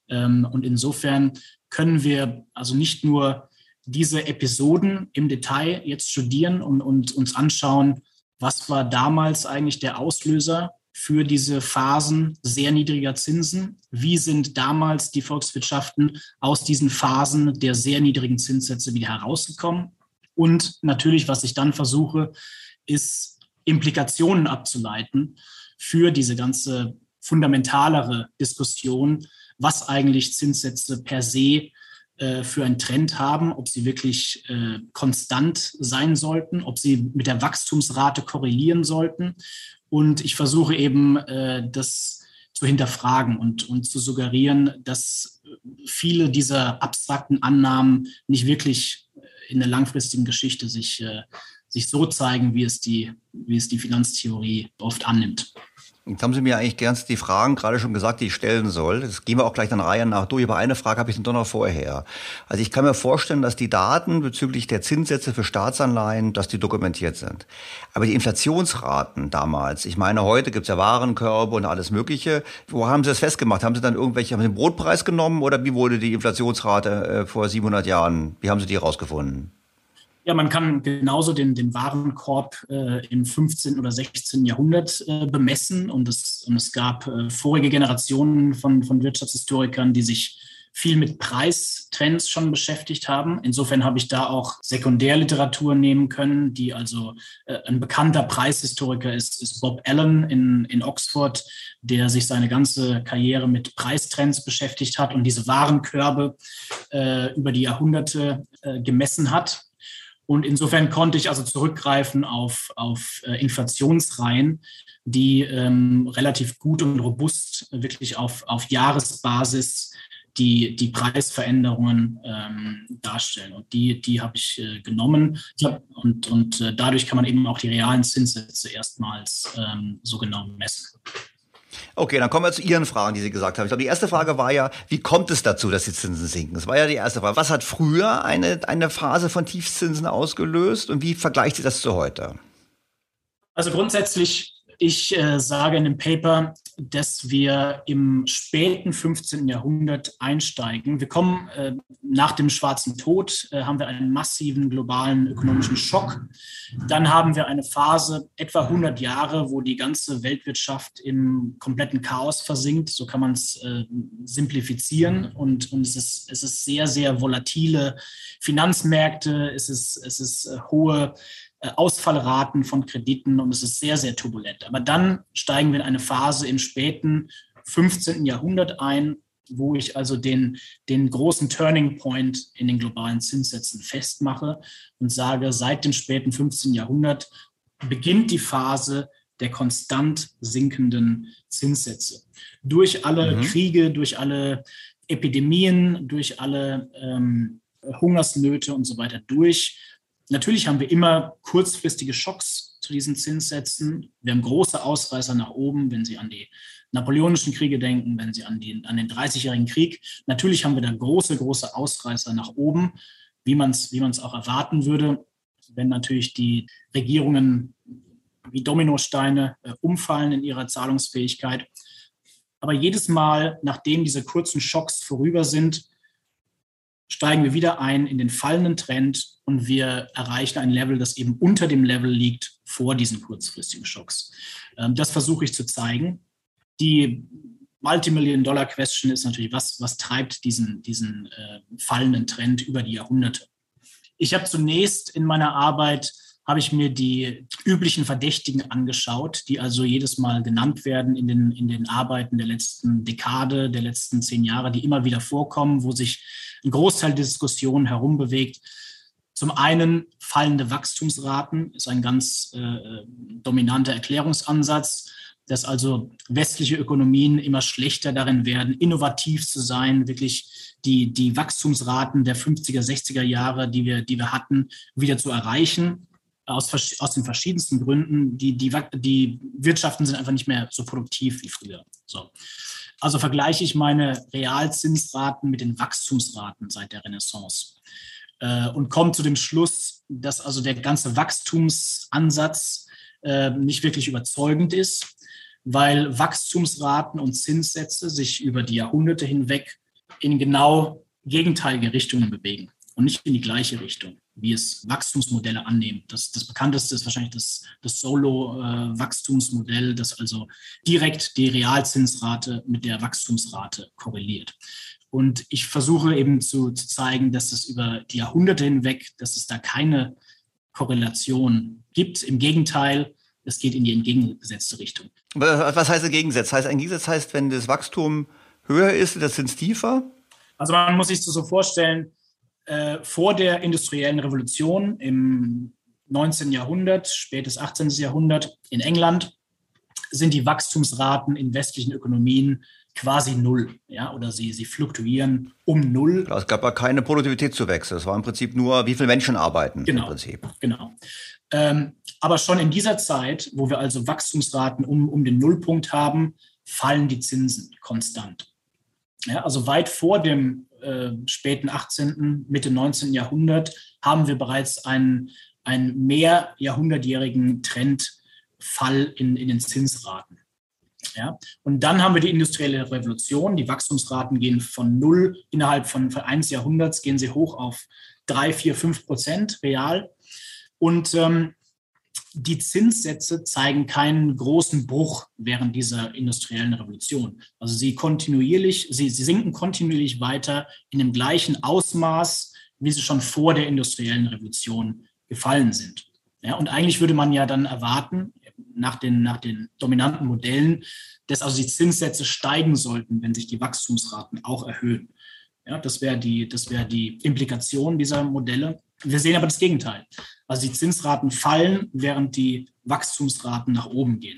Und insofern können wir also nicht nur diese Episoden im Detail jetzt studieren und uns anschauen, was war damals eigentlich der Auslöser für diese Phasen sehr niedriger Zinsen? Wie sind damals die Volkswirtschaften aus diesen Phasen der sehr niedrigen Zinssätze wieder herausgekommen? Und natürlich, was ich dann versuche, ist Implikationen abzuleiten für diese ganze fundamentalere Diskussion, was eigentlich Zinssätze per se für einen Trend haben, ob sie wirklich konstant sein sollten, ob sie mit der Wachstumsrate korrelieren sollten. Und ich versuche eben, das zu hinterfragen und zu suggerieren, dass viele dieser abstrakten Annahmen nicht wirklich in der langfristigen Geschichte sich so zeigen, wie es die Finanztheorie oft annimmt. Jetzt haben Sie mir eigentlich ganz die Fragen gerade schon gesagt, die ich stellen soll. Das gehen wir auch gleich dann Reihe nach durch. Aber eine Frage habe ich dann doch noch vorher. Also ich kann mir vorstellen, dass die Daten bezüglich der Zinssätze für Staatsanleihen, dass die dokumentiert sind. Aber die Inflationsraten damals, ich meine, heute gibt es ja Warenkörbe und alles Mögliche. Wo haben Sie das festgemacht? Haben Sie den Brotpreis genommen oder wie wurde die Inflationsrate vor 700 Jahren? Wie haben Sie die rausgefunden? Ja, man kann genauso den Warenkorb im 15. oder 16. Jahrhundert bemessen. Und es gab vorige Generationen von Wirtschaftshistorikern, die sich viel mit Preistrends schon beschäftigt haben. Insofern habe ich da auch Sekundärliteratur nehmen können, die also ein bekannter Preishistoriker ist Bob Allen in Oxford, der sich seine ganze Karriere mit Preistrends beschäftigt hat und diese Warenkörbe über die Jahrhunderte gemessen hat. Und insofern konnte ich also zurückgreifen auf Inflationsreihen, die relativ gut und robust wirklich auf Jahresbasis die Preisveränderungen darstellen. Und die habe ich genommen. Und dadurch kann man eben auch die realen Zinssätze erstmals so genau messen. Okay, dann kommen wir zu Ihren Fragen, die Sie gesagt haben. Ich glaube, die erste Frage war ja, wie kommt es dazu, dass die Zinsen sinken? Das war ja die erste Frage. Was hat früher eine Phase von Tiefzinsen ausgelöst und wie vergleicht Sie das zu heute? Also grundsätzlich, ich sage in dem Paper, dass wir im späten 15. Jahrhundert einsteigen. Wir kommen nach dem Schwarzen Tod, haben wir einen massiven globalen ökonomischen Schock. Dann haben wir eine Phase, etwa 100 Jahre, wo die ganze Weltwirtschaft im kompletten Chaos versinkt. So kann man es simplifizieren. Und es ist sehr, sehr volatile Finanzmärkte. Es ist hohe Ausfallraten von Krediten und es ist sehr, sehr turbulent. Aber dann steigen wir in eine Phase im späten 15. Jahrhundert ein, wo ich also den großen Turning Point in den globalen Zinssätzen festmache und sage, seit dem späten 15. Jahrhundert beginnt die Phase der konstant sinkenden Zinssätze. Durch alle Kriege, durch alle Epidemien, durch alle Hungersnöte und so weiter durch. Natürlich haben wir immer kurzfristige Schocks zu diesen Zinssätzen. Wir haben große Ausreißer nach oben, wenn Sie an die Napoleonischen Kriege denken, wenn Sie an den 30-jährigen Krieg. Natürlich haben wir da große Ausreißer nach oben, wie man es auch erwarten würde, wenn natürlich die Regierungen wie Dominosteine umfallen in ihrer Zahlungsfähigkeit. Aber jedes Mal, nachdem diese kurzen Schocks vorüber sind, steigen wir wieder ein in den fallenden Trend und wir erreichen ein Level, das eben unter dem Level liegt vor diesen kurzfristigen Schocks. Das versuche ich zu zeigen. Die Multimillion-Dollar-Question ist natürlich, was treibt diesen fallenden Trend über die Jahrhunderte? Ich habe zunächst in meiner Arbeit mir die üblichen Verdächtigen angeschaut, die also jedes Mal genannt werden in den Arbeiten der letzten Dekade, der letzten 10 Jahre, die immer wieder vorkommen, wo sich ein Großteil der Diskussion herumbewegt. Zum einen fallende Wachstumsraten ist ein ganz dominanter Erklärungsansatz, dass also westliche Ökonomien immer schlechter darin werden, innovativ zu sein, wirklich die Wachstumsraten der 50er, 60er Jahre, die wir hatten, wieder zu erreichen. Aus den verschiedensten Gründen. Die Wirtschaften sind einfach nicht mehr so produktiv wie früher. So. Also vergleiche ich meine Realzinsraten mit den Wachstumsraten seit der Renaissance und komme zu dem Schluss, dass also der ganze Wachstumsansatz nicht wirklich überzeugend ist, weil Wachstumsraten und Zinssätze sich über die Jahrhunderte hinweg in genau gegenteilige Richtungen bewegen und nicht in die gleiche Richtung, wie es Wachstumsmodelle annehmen. Das bekannteste ist wahrscheinlich das Solow-Wachstumsmodell, das also direkt die Realzinsrate mit der Wachstumsrate korreliert. Und ich versuche eben zu zeigen, dass es über die Jahrhunderte hinweg, dass es da keine Korrelation gibt. Im Gegenteil, es geht in die entgegengesetzte Richtung. Was heißt Gegensatz? Ein Gegensatz heißt, wenn das Wachstum höher ist, der Zins tiefer? Also man muss sich das so vorstellen, vor der industriellen Revolution im 19. Jahrhundert, spätes 18. Jahrhundert in England sind die Wachstumsraten in westlichen Ökonomien quasi null, ja, oder sie fluktuieren um null. Es gab ja keine Produktivitätszuwächse. Es war im Prinzip nur, wie viele Menschen arbeiten. Genau, im Prinzip. Genau. Aber schon in dieser Zeit, wo wir also Wachstumsraten um den Nullpunkt haben, fallen die Zinsen konstant. Ja, also weit vor dem späten 18., Mitte 19. Jahrhundert haben wir bereits einen mehr jahrhundertjährigen Trendfall in den Zinsraten. Ja, und dann haben wir die industrielle Revolution. Die Wachstumsraten gehen von null innerhalb von eines Jahrhunderts, gehen sie hoch auf 3, 4, 5% real. Und die Zinssätze zeigen keinen großen Bruch während dieser industriellen Revolution. Also sie sinken kontinuierlich weiter in dem gleichen Ausmaß, wie sie schon vor der industriellen Revolution gefallen sind. Ja, und eigentlich würde man ja dann erwarten, nach den dominanten Modellen, dass also die Zinssätze steigen sollten, wenn sich die Wachstumsraten auch erhöhen. Ja, das wäre die Implikation dieser Modelle. Wir sehen aber das Gegenteil. Also die Zinsraten fallen, während die Wachstumsraten nach oben gehen.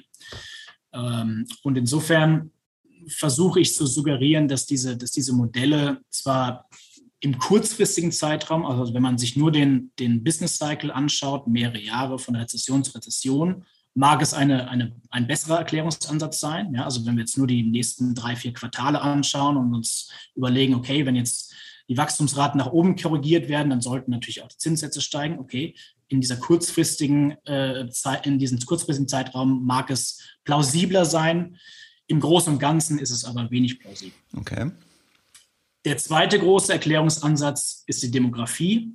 Und insofern versuche ich zu suggerieren, dass diese Modelle zwar im kurzfristigen Zeitraum, also wenn man sich nur den Business Cycle anschaut, mehrere Jahre von Rezession zu Rezession, mag es ein besserer Erklärungsansatz sein. Ja, also wenn wir jetzt nur die nächsten 3, 4 Quartale anschauen und uns überlegen, okay, wenn jetzt die Wachstumsraten nach oben korrigiert werden, dann sollten natürlich auch die Zinssätze steigen. Okay, in diesem kurzfristigen Zeitraum mag es plausibler sein. Im Großen und Ganzen ist es aber wenig plausibel. Okay. Der zweite große Erklärungsansatz ist die Demografie.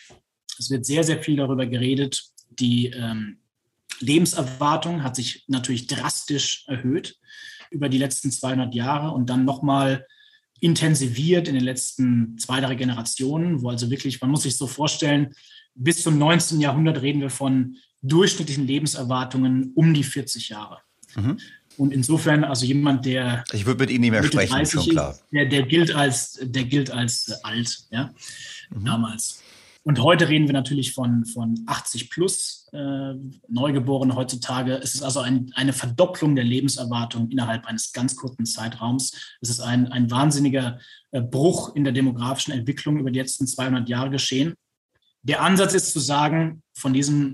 Es wird sehr, sehr viel darüber geredet. Die Lebenserwartung hat sich natürlich drastisch erhöht über die letzten 200 Jahre und dann nochmal intensiviert in den letzten 2, 3 Generationen, wo also wirklich, man muss sich so vorstellen, bis zum 19. Jahrhundert reden wir von durchschnittlichen Lebenserwartungen um die 40 Jahre. Mhm. Und insofern, also jemand, der ich würde mit Ihnen nicht mehr sprechen, schon klar. Ist, der gilt als alt, ja, damals. Und heute reden wir natürlich von 80 plus Neugeborenen heutzutage. Es ist also eine Verdopplung der Lebenserwartung innerhalb eines ganz kurzen Zeitraums. Es ist ein wahnsinniger Bruch in der demografischen Entwicklung über die letzten 200 Jahre geschehen. Der Ansatz ist zu sagen, von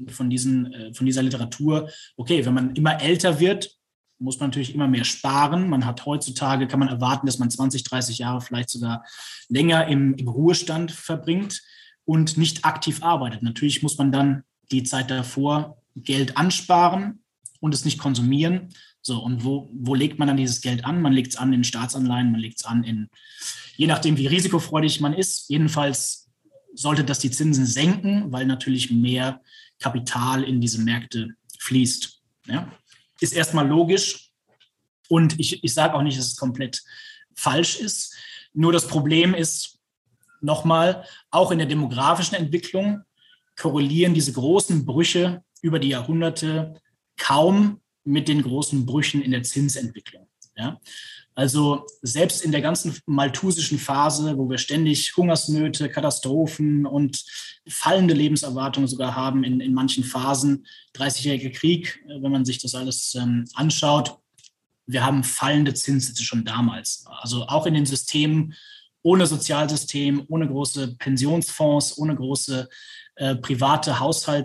dieser Literatur, okay, wenn man immer älter wird, muss man natürlich immer mehr sparen. Man hat heutzutage, kann man erwarten, dass man 20, 30 Jahre vielleicht sogar länger im Ruhestand verbringt und nicht aktiv arbeitet. Natürlich muss man dann die Zeit davor Geld ansparen und es nicht konsumieren. So, und wo legt man dann dieses Geld an? Man legt es an in Staatsanleihen, man legt es an in, je nachdem, wie risikofreudig man ist. Jedenfalls sollte das die Zinsen senken, weil natürlich mehr Kapital in diese Märkte fließt. Ja? Ist erstmal logisch und ich sage auch nicht, dass es komplett falsch ist. Nur das Problem ist, nochmal, auch in der demografischen Entwicklung korrelieren diese großen Brüche über die Jahrhunderte kaum mit den großen Brüchen in der Zinsentwicklung. Ja? Also selbst in der ganzen malthusischen Phase, wo wir ständig Hungersnöte, Katastrophen und fallende Lebenserwartungen sogar haben in manchen Phasen, 30-jähriger Krieg, wenn man sich das alles anschaut, wir haben fallende Zinssätze schon damals. Also auch in den Systemen ohne Sozialsystem, ohne große Pensionsfonds, ohne große private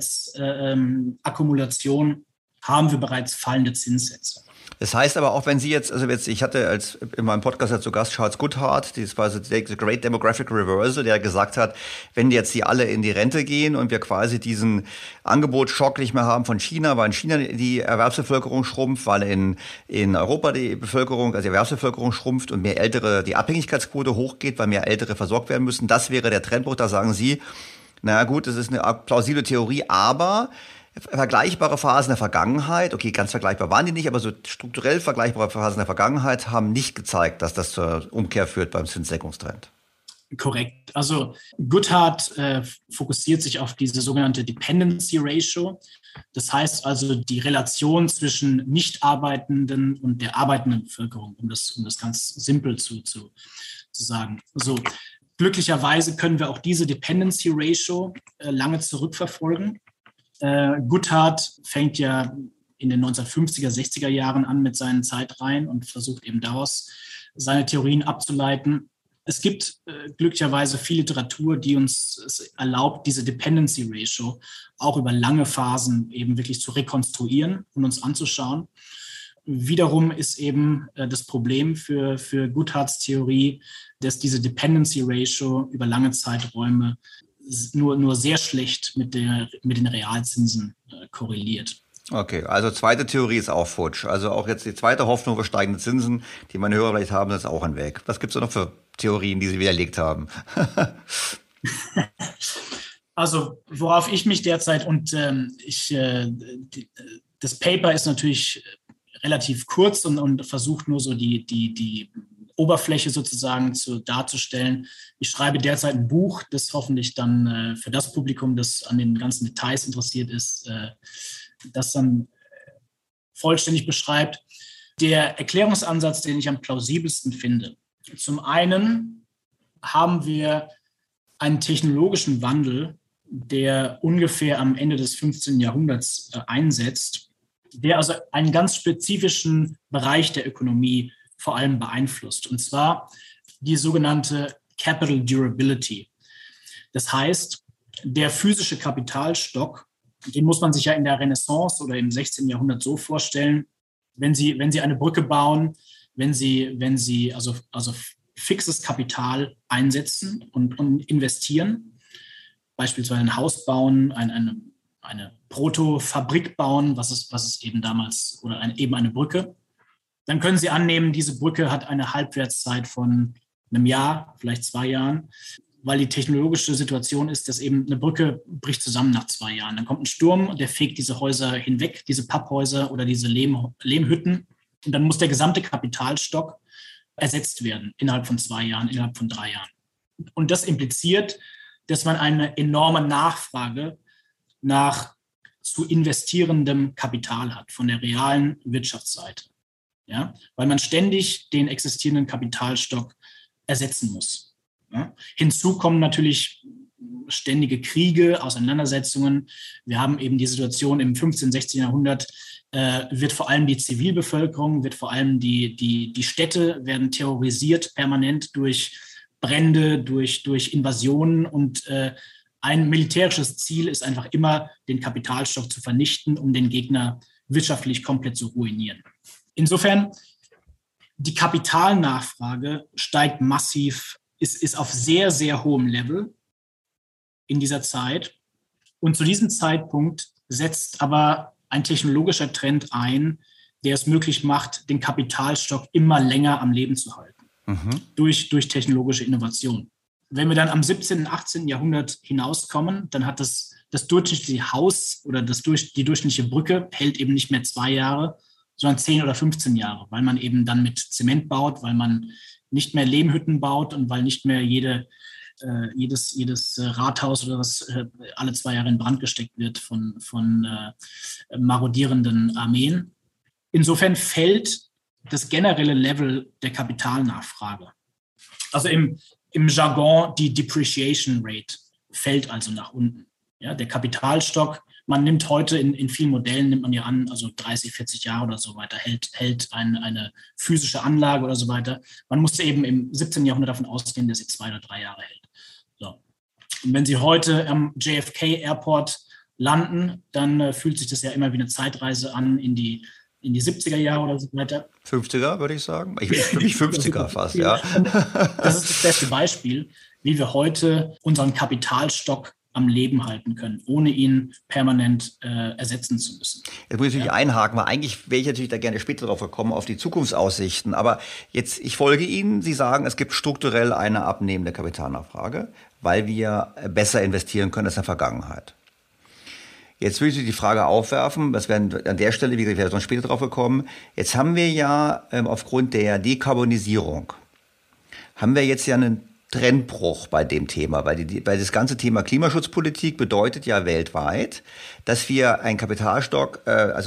Haushaltsakkumulation haben wir bereits fallende Zinssätze. Das heißt aber auch, wenn Sie jetzt, ich hatte in meinem Podcast zu Gast Charles Goodhart, das war so The Great Demographic Reversal, der gesagt hat, wenn jetzt die alle in die Rente gehen und wir quasi diesen Angebotsschock nicht mehr haben von China, weil in China die Erwerbsbevölkerung schrumpft, weil in Europa die Erwerbsbevölkerung schrumpft und mehr Ältere, die Abhängigkeitsquote hochgeht, weil mehr Ältere versorgt werden müssen, das wäre der Trendbruch, da sagen Sie, naja gut, das ist eine plausible Theorie, aber vergleichbare Phasen der Vergangenheit, okay, ganz vergleichbar waren die nicht, aber so strukturell vergleichbare Phasen der Vergangenheit haben nicht gezeigt, dass das zur Umkehr führt beim Zinssenkungstrend. Korrekt. Also Goodhart fokussiert sich auf diese sogenannte Dependency Ratio. Das heißt also die Relation zwischen Nichtarbeitenden und der arbeitenden Bevölkerung, um das ganz simpel zu sozusagen. So, glücklicherweise können wir auch diese Dependency Ratio lange zurückverfolgen. Goodhart fängt ja in den 1950er, 60er Jahren an mit seinen Zeitreihen und versucht eben daraus seine Theorien abzuleiten. Es gibt glücklicherweise viel Literatur, die uns es erlaubt, diese Dependency Ratio auch über lange Phasen eben wirklich zu rekonstruieren und uns anzuschauen. Wiederum ist eben das Problem für Goodharts Theorie, dass diese Dependency Ratio über lange Zeiträume nur sehr schlecht mit den Realzinsen korreliert. Okay, also zweite Theorie ist auch futsch. Also auch jetzt die zweite Hoffnung für steigende Zinsen, die meine Hörer vielleicht haben, ist auch ein Weg. Was gibt es noch für Theorien, die Sie widerlegt haben? Also worauf ich mich derzeit das Paper ist natürlich relativ kurz und versucht nur so die Oberfläche sozusagen darzustellen. Ich schreibe derzeit ein Buch, das hoffentlich dann für das Publikum, das an den ganzen Details interessiert ist, das dann vollständig beschreibt. Der Erklärungsansatz, den ich am plausibelsten finde. Zum einen haben wir einen technologischen Wandel, der ungefähr am Ende des 15. Jahrhunderts einsetzt, der also einen ganz spezifischen Bereich der Ökonomie vor allem beeinflusst, und zwar die sogenannte Capital Durability. Das heißt, der physische Kapitalstock, den muss man sich ja in der Renaissance oder im 16. Jahrhundert so vorstellen, wenn Sie eine Brücke bauen, wenn Sie also fixes Kapital einsetzen und investieren, beispielsweise ein Haus bauen, eine Protofabrik bauen, was es eben damals, oder eben eine Brücke, dann können Sie annehmen, diese Brücke hat eine Halbwertszeit von einem Jahr, vielleicht 2 Jahren, weil die technologische Situation ist, dass eben eine Brücke bricht zusammen nach 2 Jahren. Dann kommt ein Sturm und der fegt diese Häuser hinweg, diese Papphäuser oder diese Lehmhütten. Und dann muss der gesamte Kapitalstock ersetzt werden innerhalb von 2 Jahren, innerhalb von 3 Jahren. Und das impliziert, dass man eine enorme Nachfrage nach zu investierendem Kapital hat von der realen Wirtschaftsseite. Ja? Weil man ständig den existierenden Kapitalstock ersetzen muss. Ja? Hinzu kommen natürlich ständige Kriege, Auseinandersetzungen. Wir haben eben die Situation im 15., 16. Jahrhundert, wird vor allem die Zivilbevölkerung, wird vor allem die Städte werden terrorisiert permanent durch Brände, durch Invasionen, und ein militärisches Ziel ist einfach immer, den Kapitalstock zu vernichten, um den Gegner wirtschaftlich komplett zu ruinieren. Insofern, die Kapitalnachfrage steigt massiv, ist auf sehr, sehr hohem Level in dieser Zeit. Und zu diesem Zeitpunkt setzt aber ein technologischer Trend ein, der es möglich macht, den Kapitalstock immer länger am Leben zu halten, durch technologische Innovation. Wenn wir dann am 17. und 18. Jahrhundert hinauskommen, dann hat das durchschnittliche Haus oder die durchschnittliche Brücke hält eben nicht mehr 2 Jahre, sondern 10 oder 15 Jahre, weil man eben dann mit Zement baut, weil man nicht mehr Lehmhütten baut und weil nicht mehr jedes Rathaus oder was alle 2 Jahre in Brand gesteckt wird von marodierenden Armeen. Insofern fällt das generelle Level der Kapitalnachfrage. Also im Jargon die Depreciation Rate fällt also nach unten. Ja, der Kapitalstock, man nimmt heute in vielen Modellen, nimmt man ja an, also 30, 40 Jahre oder so weiter, hält eine physische Anlage oder so weiter. Man musste eben im 17. Jahrhundert davon ausgehen, dass sie 2 oder 3 Jahre hält. So. Und wenn Sie heute am JFK Airport landen, dann fühlt sich das ja immer wie eine Zeitreise an in die 70er Jahre oder so weiter. 50er, würde ich sagen. Für mich 50er fast, ja. Das ist das beste Beispiel, wie wir heute unseren Kapitalstock am Leben halten können, ohne ihn permanent ersetzen zu müssen. Jetzt muss ich natürlich einhaken, weil eigentlich wäre ich natürlich da gerne später drauf gekommen, auf die Zukunftsaussichten. Aber jetzt, ich folge Ihnen. Sie sagen, es gibt strukturell eine abnehmende Kapitalnachfrage, weil wir besser investieren können als in der Vergangenheit. Jetzt will ich die Frage aufwerfen, das werden an der Stelle, wie gesagt, wir werden später drauf gekommen. Jetzt haben wir ja aufgrund der Dekarbonisierung, haben wir jetzt ja einen Trendbruch bei dem Thema, weil das ganze Thema Klimaschutzpolitik bedeutet ja weltweit, dass wir einen Kapitalstock, also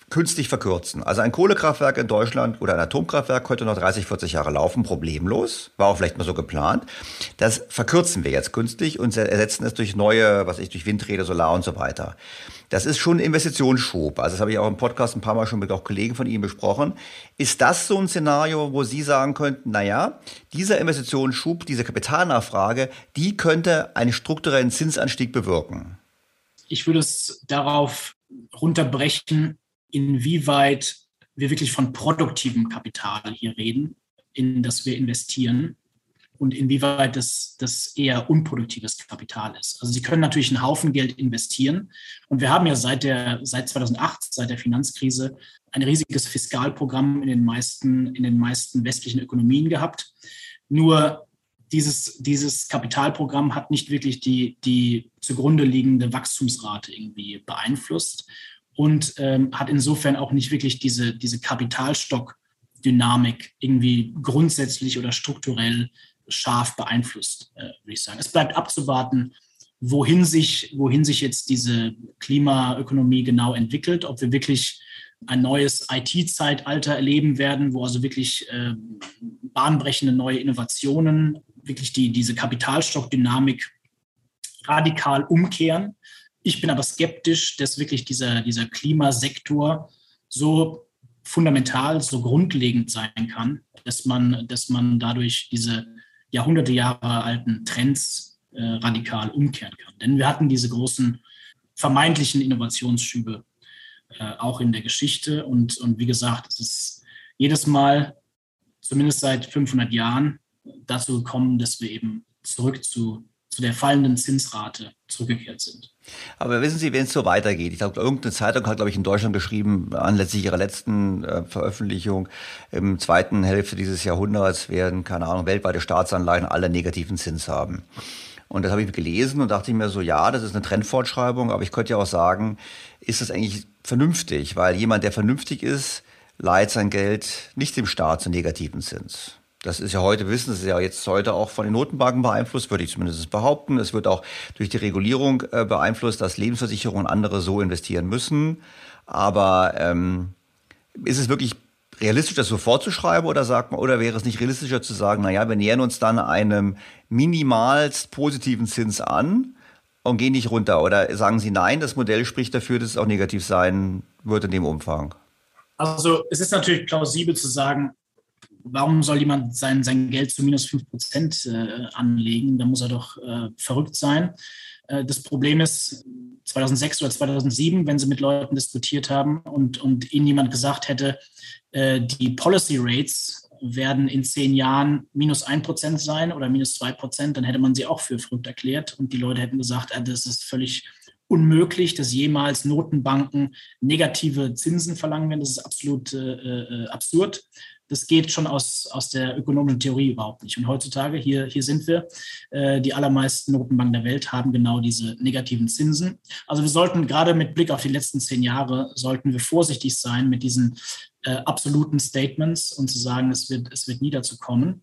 künstlich verkürzen. Also ein Kohlekraftwerk in Deutschland oder ein Atomkraftwerk könnte noch 30, 40 Jahre laufen, problemlos. War auch vielleicht mal so geplant. Das verkürzen wir jetzt künstlich und ersetzen es durch neue, durch Windräder, Solar und so weiter. Das ist schon ein Investitionsschub. Also das habe ich auch im Podcast ein paar Mal schon mit auch Kollegen von Ihnen besprochen. Ist das so ein Szenario, wo Sie sagen könnten, dieser Investitionsschub, diese Kapitalnachfrage, die könnte einen strukturellen Zinsanstieg bewirken? Ich würde es darauf runterbrechen, inwieweit wir wirklich von produktivem Kapital hier reden, in das wir investieren und inwieweit das eher unproduktives Kapital ist. Also Sie können natürlich einen Haufen Geld investieren und wir haben ja seit 2008, seit der Finanzkrise, ein riesiges Fiskalprogramm in den meisten westlichen Ökonomien gehabt. Nur dieses Kapitalprogramm hat nicht wirklich die zugrunde liegende Wachstumsrate irgendwie beeinflusst und hat insofern auch nicht wirklich diese Kapitalstock-Dynamik irgendwie grundsätzlich oder strukturell scharf beeinflusst, würde ich sagen. Es bleibt abzuwarten, wohin sich jetzt diese Klimaökonomie genau entwickelt, ob wir wirklich ein neues IT-Zeitalter erleben werden, wo also wirklich bahnbrechende neue Innovationen wirklich diese Kapitalstockdynamik radikal umkehren. Ich bin aber skeptisch, dass wirklich dieser Klimasektor so fundamental, so grundlegend sein kann, dass man dadurch diese Jahre alten Trends radikal umkehren kann. Denn wir hatten diese großen vermeintlichen Innovationsschübe auch in der Geschichte. Und wie gesagt, es ist jedes Mal, zumindest seit 500 Jahren, dazu gekommen, dass wir eben zurück zu der fallenden Zinsrate zurückgekehrt sind. Aber wissen Sie, wenn es so weitergeht, ich glaube, irgendeine Zeitung hat, in Deutschland geschrieben, anlässlich ihrer letzten Veröffentlichung, im zweiten Hälfte dieses Jahrhunderts werden, weltweite Staatsanleihen alle negativen Zins haben. Und das habe ich gelesen und dachte ich mir so, ja, das ist eine Trendfortschreibung, aber ich könnte ja auch sagen, ist das eigentlich vernünftig? Weil jemand, der vernünftig ist, leiht sein Geld nicht dem Staat zu negativen Zins. Das ist ja heute Wissen, das ist ja jetzt heute auch von den Notenbanken beeinflusst, würde ich zumindest behaupten. Es wird auch durch die Regulierung beeinflusst, dass Lebensversicherungen und andere so investieren müssen. Aber ist es wirklich realistisch, das so vorzuschreiben oder wäre es nicht realistischer zu sagen, wir nähern uns dann einem minimalst positiven Zins an und gehen nicht runter? Oder sagen Sie, nein, das Modell spricht dafür, dass es auch negativ sein wird in dem Umfang? Also es ist natürlich plausibel zu sagen, warum soll jemand sein Geld zu minus 5% anlegen? Da muss er doch verrückt sein. Das Problem ist, 2006 oder 2007, wenn Sie mit Leuten diskutiert haben und Ihnen jemand gesagt hätte, die Policy Rates werden in 10 Jahren minus 1% sein oder minus 2%, dann hätte man sie auch für verrückt erklärt und die Leute hätten gesagt, das ist völlig unmöglich, dass jemals Notenbanken negative Zinsen verlangen werden. Das ist absolut absurd. Das geht schon aus der ökonomischen Theorie überhaupt nicht. Und heutzutage, hier sind wir, die allermeisten Notenbanken der Welt haben genau diese negativen Zinsen. Also wir sollten gerade mit Blick auf die letzten 10 Jahre, sollten wir vorsichtig sein mit diesen absoluten Statements und zu sagen, es wird nie dazu kommen.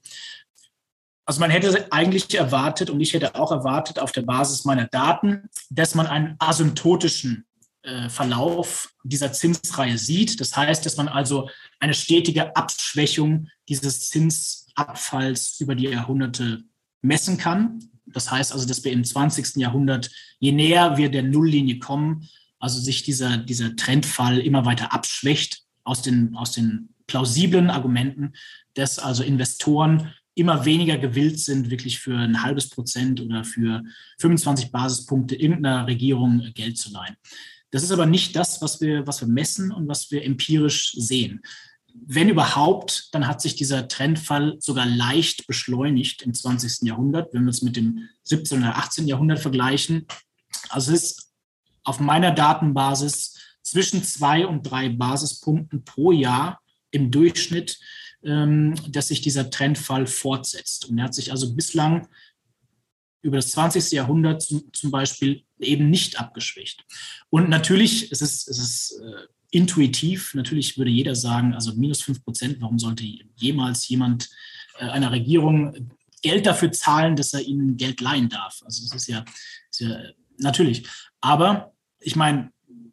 Also man hätte eigentlich erwartet, und ich hätte auch erwartet auf der Basis meiner Daten, dass man einen asymptotischen Verlauf dieser Zinsreihe sieht. Das heißt, dass man also eine stetige Abschwächung dieses Zinsabfalls über die Jahrhunderte messen kann. Das heißt also, dass wir im 20. Jahrhundert, je näher wir der Nulllinie kommen, also sich dieser Trendfall immer weiter abschwächt aus den plausiblen Argumenten, dass also Investoren immer weniger gewillt sind, wirklich für ein halbes Prozent oder für 25 Basispunkte irgendeiner Regierung Geld zu leihen. Das ist aber nicht das, was wir messen und was wir empirisch sehen. Wenn überhaupt, dann hat sich dieser Trendfall sogar leicht beschleunigt im 20. Jahrhundert, wenn wir es mit dem 17. oder 18. Jahrhundert vergleichen. Also es ist auf meiner Datenbasis zwischen 2 und 3 Basispunkten pro Jahr im Durchschnitt, dass sich dieser Trendfall fortsetzt. Und er hat sich also bislang über das 20. Jahrhundert zum Beispiel eben nicht abgeschwächt. Und natürlich, es ist intuitiv, natürlich würde jeder sagen, also minus 5%, warum sollte jemals jemand einer Regierung Geld dafür zahlen, dass er ihnen Geld leihen darf? Also das ist ja natürlich. Aber ich meine,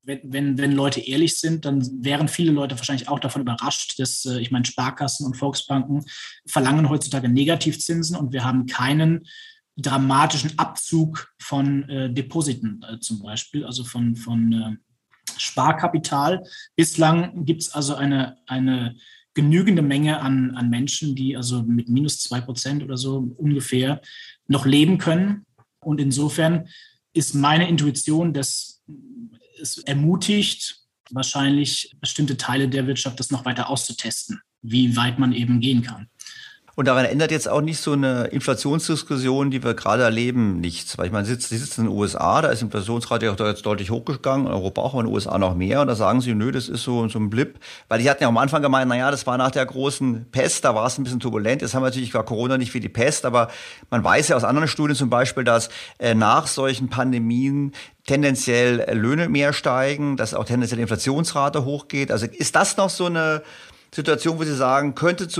wenn Leute ehrlich sind, dann wären viele Leute wahrscheinlich auch davon überrascht, dass, Sparkassen und Volksbanken verlangen heutzutage Negativzinsen und wir haben keinen dramatischen Abzug von Depositen zum Beispiel, also von Sparkapital. Bislang gibt es also eine genügende Menge an Menschen, die also mit minus 2% oder so ungefähr noch leben können. Und insofern ist meine Intuition, dass es ermutigt, wahrscheinlich bestimmte Teile der Wirtschaft das noch weiter auszutesten, wie weit man eben gehen kann. Und daran ändert jetzt auch nicht so eine Inflationsdiskussion, die wir gerade erleben, nichts. Weil ich meine, Sie sitzen in den USA, da ist die Inflationsrate ja auch jetzt deutlich hochgegangen, in Europa auch, aber in den USA noch mehr. Und da sagen Sie, nö, das ist so ein Blip. Weil die hatten ja am Anfang gemeint, naja, das war nach der großen Pest, da war es ein bisschen turbulent. Jetzt haben wir natürlich, war Corona nicht wie die Pest, aber man weiß ja aus anderen Studien zum Beispiel, dass nach solchen Pandemien tendenziell Löhne mehr steigen, dass auch tendenziell die Inflationsrate hochgeht. Also ist das noch so eine Situation, wo Sie sagen,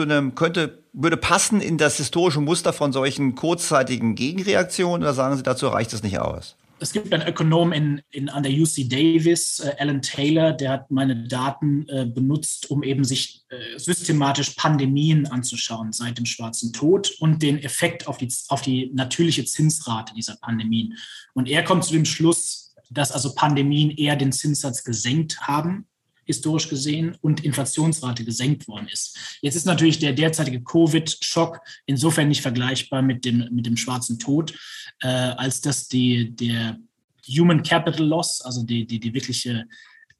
würde passen in das historische Muster von solchen kurzzeitigen Gegenreaktionen, oder sagen Sie, dazu reicht es nicht aus? Es gibt einen Ökonom an der UC Davis, Alan Taylor, der hat meine Daten benutzt, um eben sich systematisch Pandemien anzuschauen seit dem Schwarzen Tod und den Effekt auf die natürliche Zinsrate dieser Pandemien. Und er kommt zu dem Schluss, dass also Pandemien eher den Zinssatz gesenkt haben, historisch gesehen, und Inflationsrate gesenkt worden ist. Jetzt ist natürlich der derzeitige Covid-Schock insofern nicht vergleichbar mit dem Schwarzen Tod, als dass der Human Capital Loss, also die wirkliche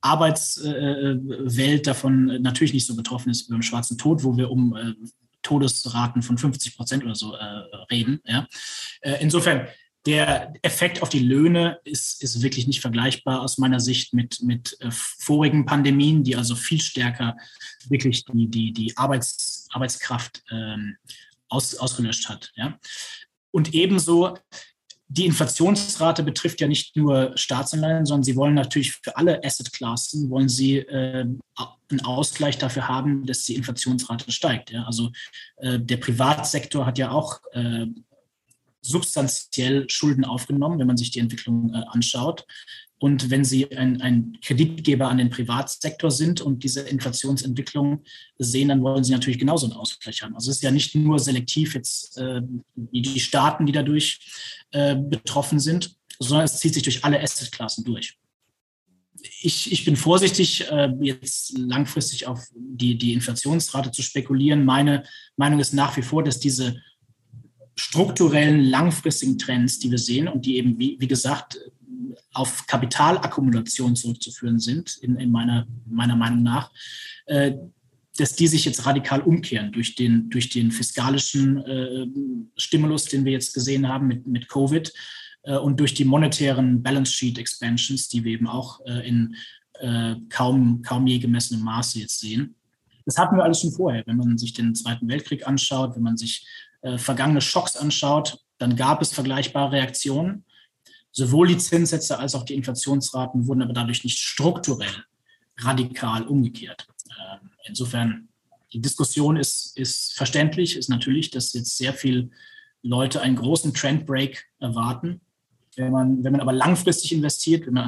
Arbeitswelt davon natürlich nicht so betroffen ist wie beim Schwarzen Tod, wo wir um Todesraten von 50% oder so reden. Ja. Insofern, der Effekt auf die Löhne ist wirklich nicht vergleichbar aus meiner Sicht mit vorigen Pandemien, die also viel stärker wirklich die Arbeitskraft ausgelöscht hat. Ja. Und ebenso die Inflationsrate betrifft ja nicht nur Staatsanleihen, sondern sie wollen natürlich für alle Assetklassen, wollen sie einen Ausgleich dafür haben, dass die Inflationsrate steigt. Ja. Also der Privatsektor hat ja auch substanziell Schulden aufgenommen, wenn man sich die Entwicklung anschaut. Und wenn Sie ein Kreditgeber an den Privatsektor sind und diese Inflationsentwicklung sehen, dann wollen Sie natürlich genauso einen Ausgleich haben. Also es ist ja nicht nur selektiv jetzt die Staaten, die dadurch betroffen sind, sondern es zieht sich durch alle Assetklassen durch. Ich bin vorsichtig, jetzt langfristig auf die Inflationsrate zu spekulieren. Meine Meinung ist nach wie vor, dass diese strukturellen, langfristigen Trends, die wir sehen und die eben, wie gesagt, auf Kapitalakkumulation zurückzuführen sind, in meiner Meinung nach, dass die sich jetzt radikal umkehren durch den fiskalischen Stimulus, den wir jetzt gesehen haben mit Covid und durch die monetären Balance Sheet Expansions, die wir eben auch in kaum je gemessenem Maße jetzt sehen. Das hatten wir alles schon vorher. Wenn man sich den Zweiten Weltkrieg anschaut, wenn man sich vergangene Schocks anschaut, dann gab es vergleichbare Reaktionen. Sowohl die Zinssätze als auch die Inflationsraten wurden aber dadurch nicht strukturell radikal umgekehrt. Insofern, die Diskussion ist verständlich, ist natürlich, dass jetzt sehr viele Leute einen großen Trendbreak erwarten. Wenn man aber langfristig investiert, wenn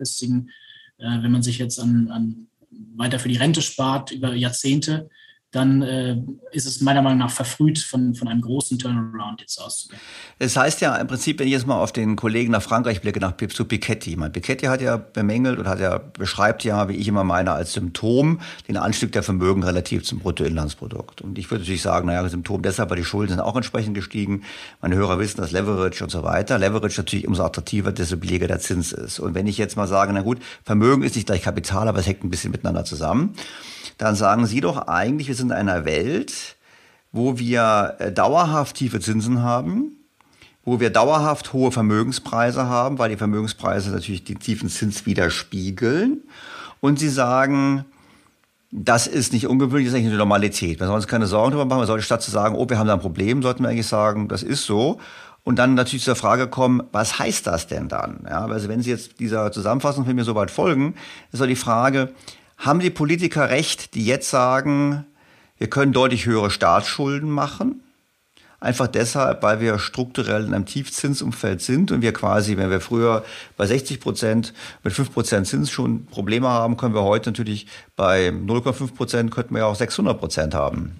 man sich jetzt weiter für die Rente spart über Jahrzehnte, dann ist es meiner Meinung nach verfrüht, von einem großen Turnaround jetzt auszugehen. Das heißt ja im Prinzip, wenn ich jetzt mal auf den Kollegen nach Frankreich blicke, zu Piketty. Piketty hat ja bemängelt oder beschreibt ja, wie ich immer meine, als Symptom den Anstieg der Vermögen relativ zum Bruttoinlandsprodukt. Und ich würde natürlich sagen, naja, Symptom deshalb, weil die Schulden sind auch entsprechend gestiegen. Meine Hörer wissen, dass Leverage und so weiter. Leverage natürlich umso attraktiver, desto billiger der Zins ist. Und wenn ich jetzt mal sage, na gut, Vermögen ist nicht gleich Kapital, aber es hängt ein bisschen miteinander zusammen, dann sagen Sie doch eigentlich, wir sind in einer Welt, wo wir dauerhaft tiefe Zinsen haben, wo wir dauerhaft hohe Vermögenspreise haben, weil die Vermögenspreise natürlich den tiefen Zins widerspiegeln. Und Sie sagen, das ist nicht ungewöhnlich, das ist eigentlich eine Normalität. Wir sollen uns keine Sorgen darüber machen. Wir sollten statt zu sagen, oh, wir haben da ein Problem, sollten wir eigentlich sagen, das ist so. Und dann natürlich zur Frage kommen, was heißt das denn dann? Ja, also wenn Sie jetzt dieser Zusammenfassung von mir so weit folgen, ist doch die Frage, haben die Politiker recht, die jetzt sagen, wir können deutlich höhere Staatsschulden machen, Einfach deshalb, weil wir strukturell in einem Tiefzinsumfeld sind und wir quasi, wenn wir früher bei 60% mit 5% Zins schon Probleme haben, können wir heute natürlich bei 0,5% könnten wir ja auch 600% haben.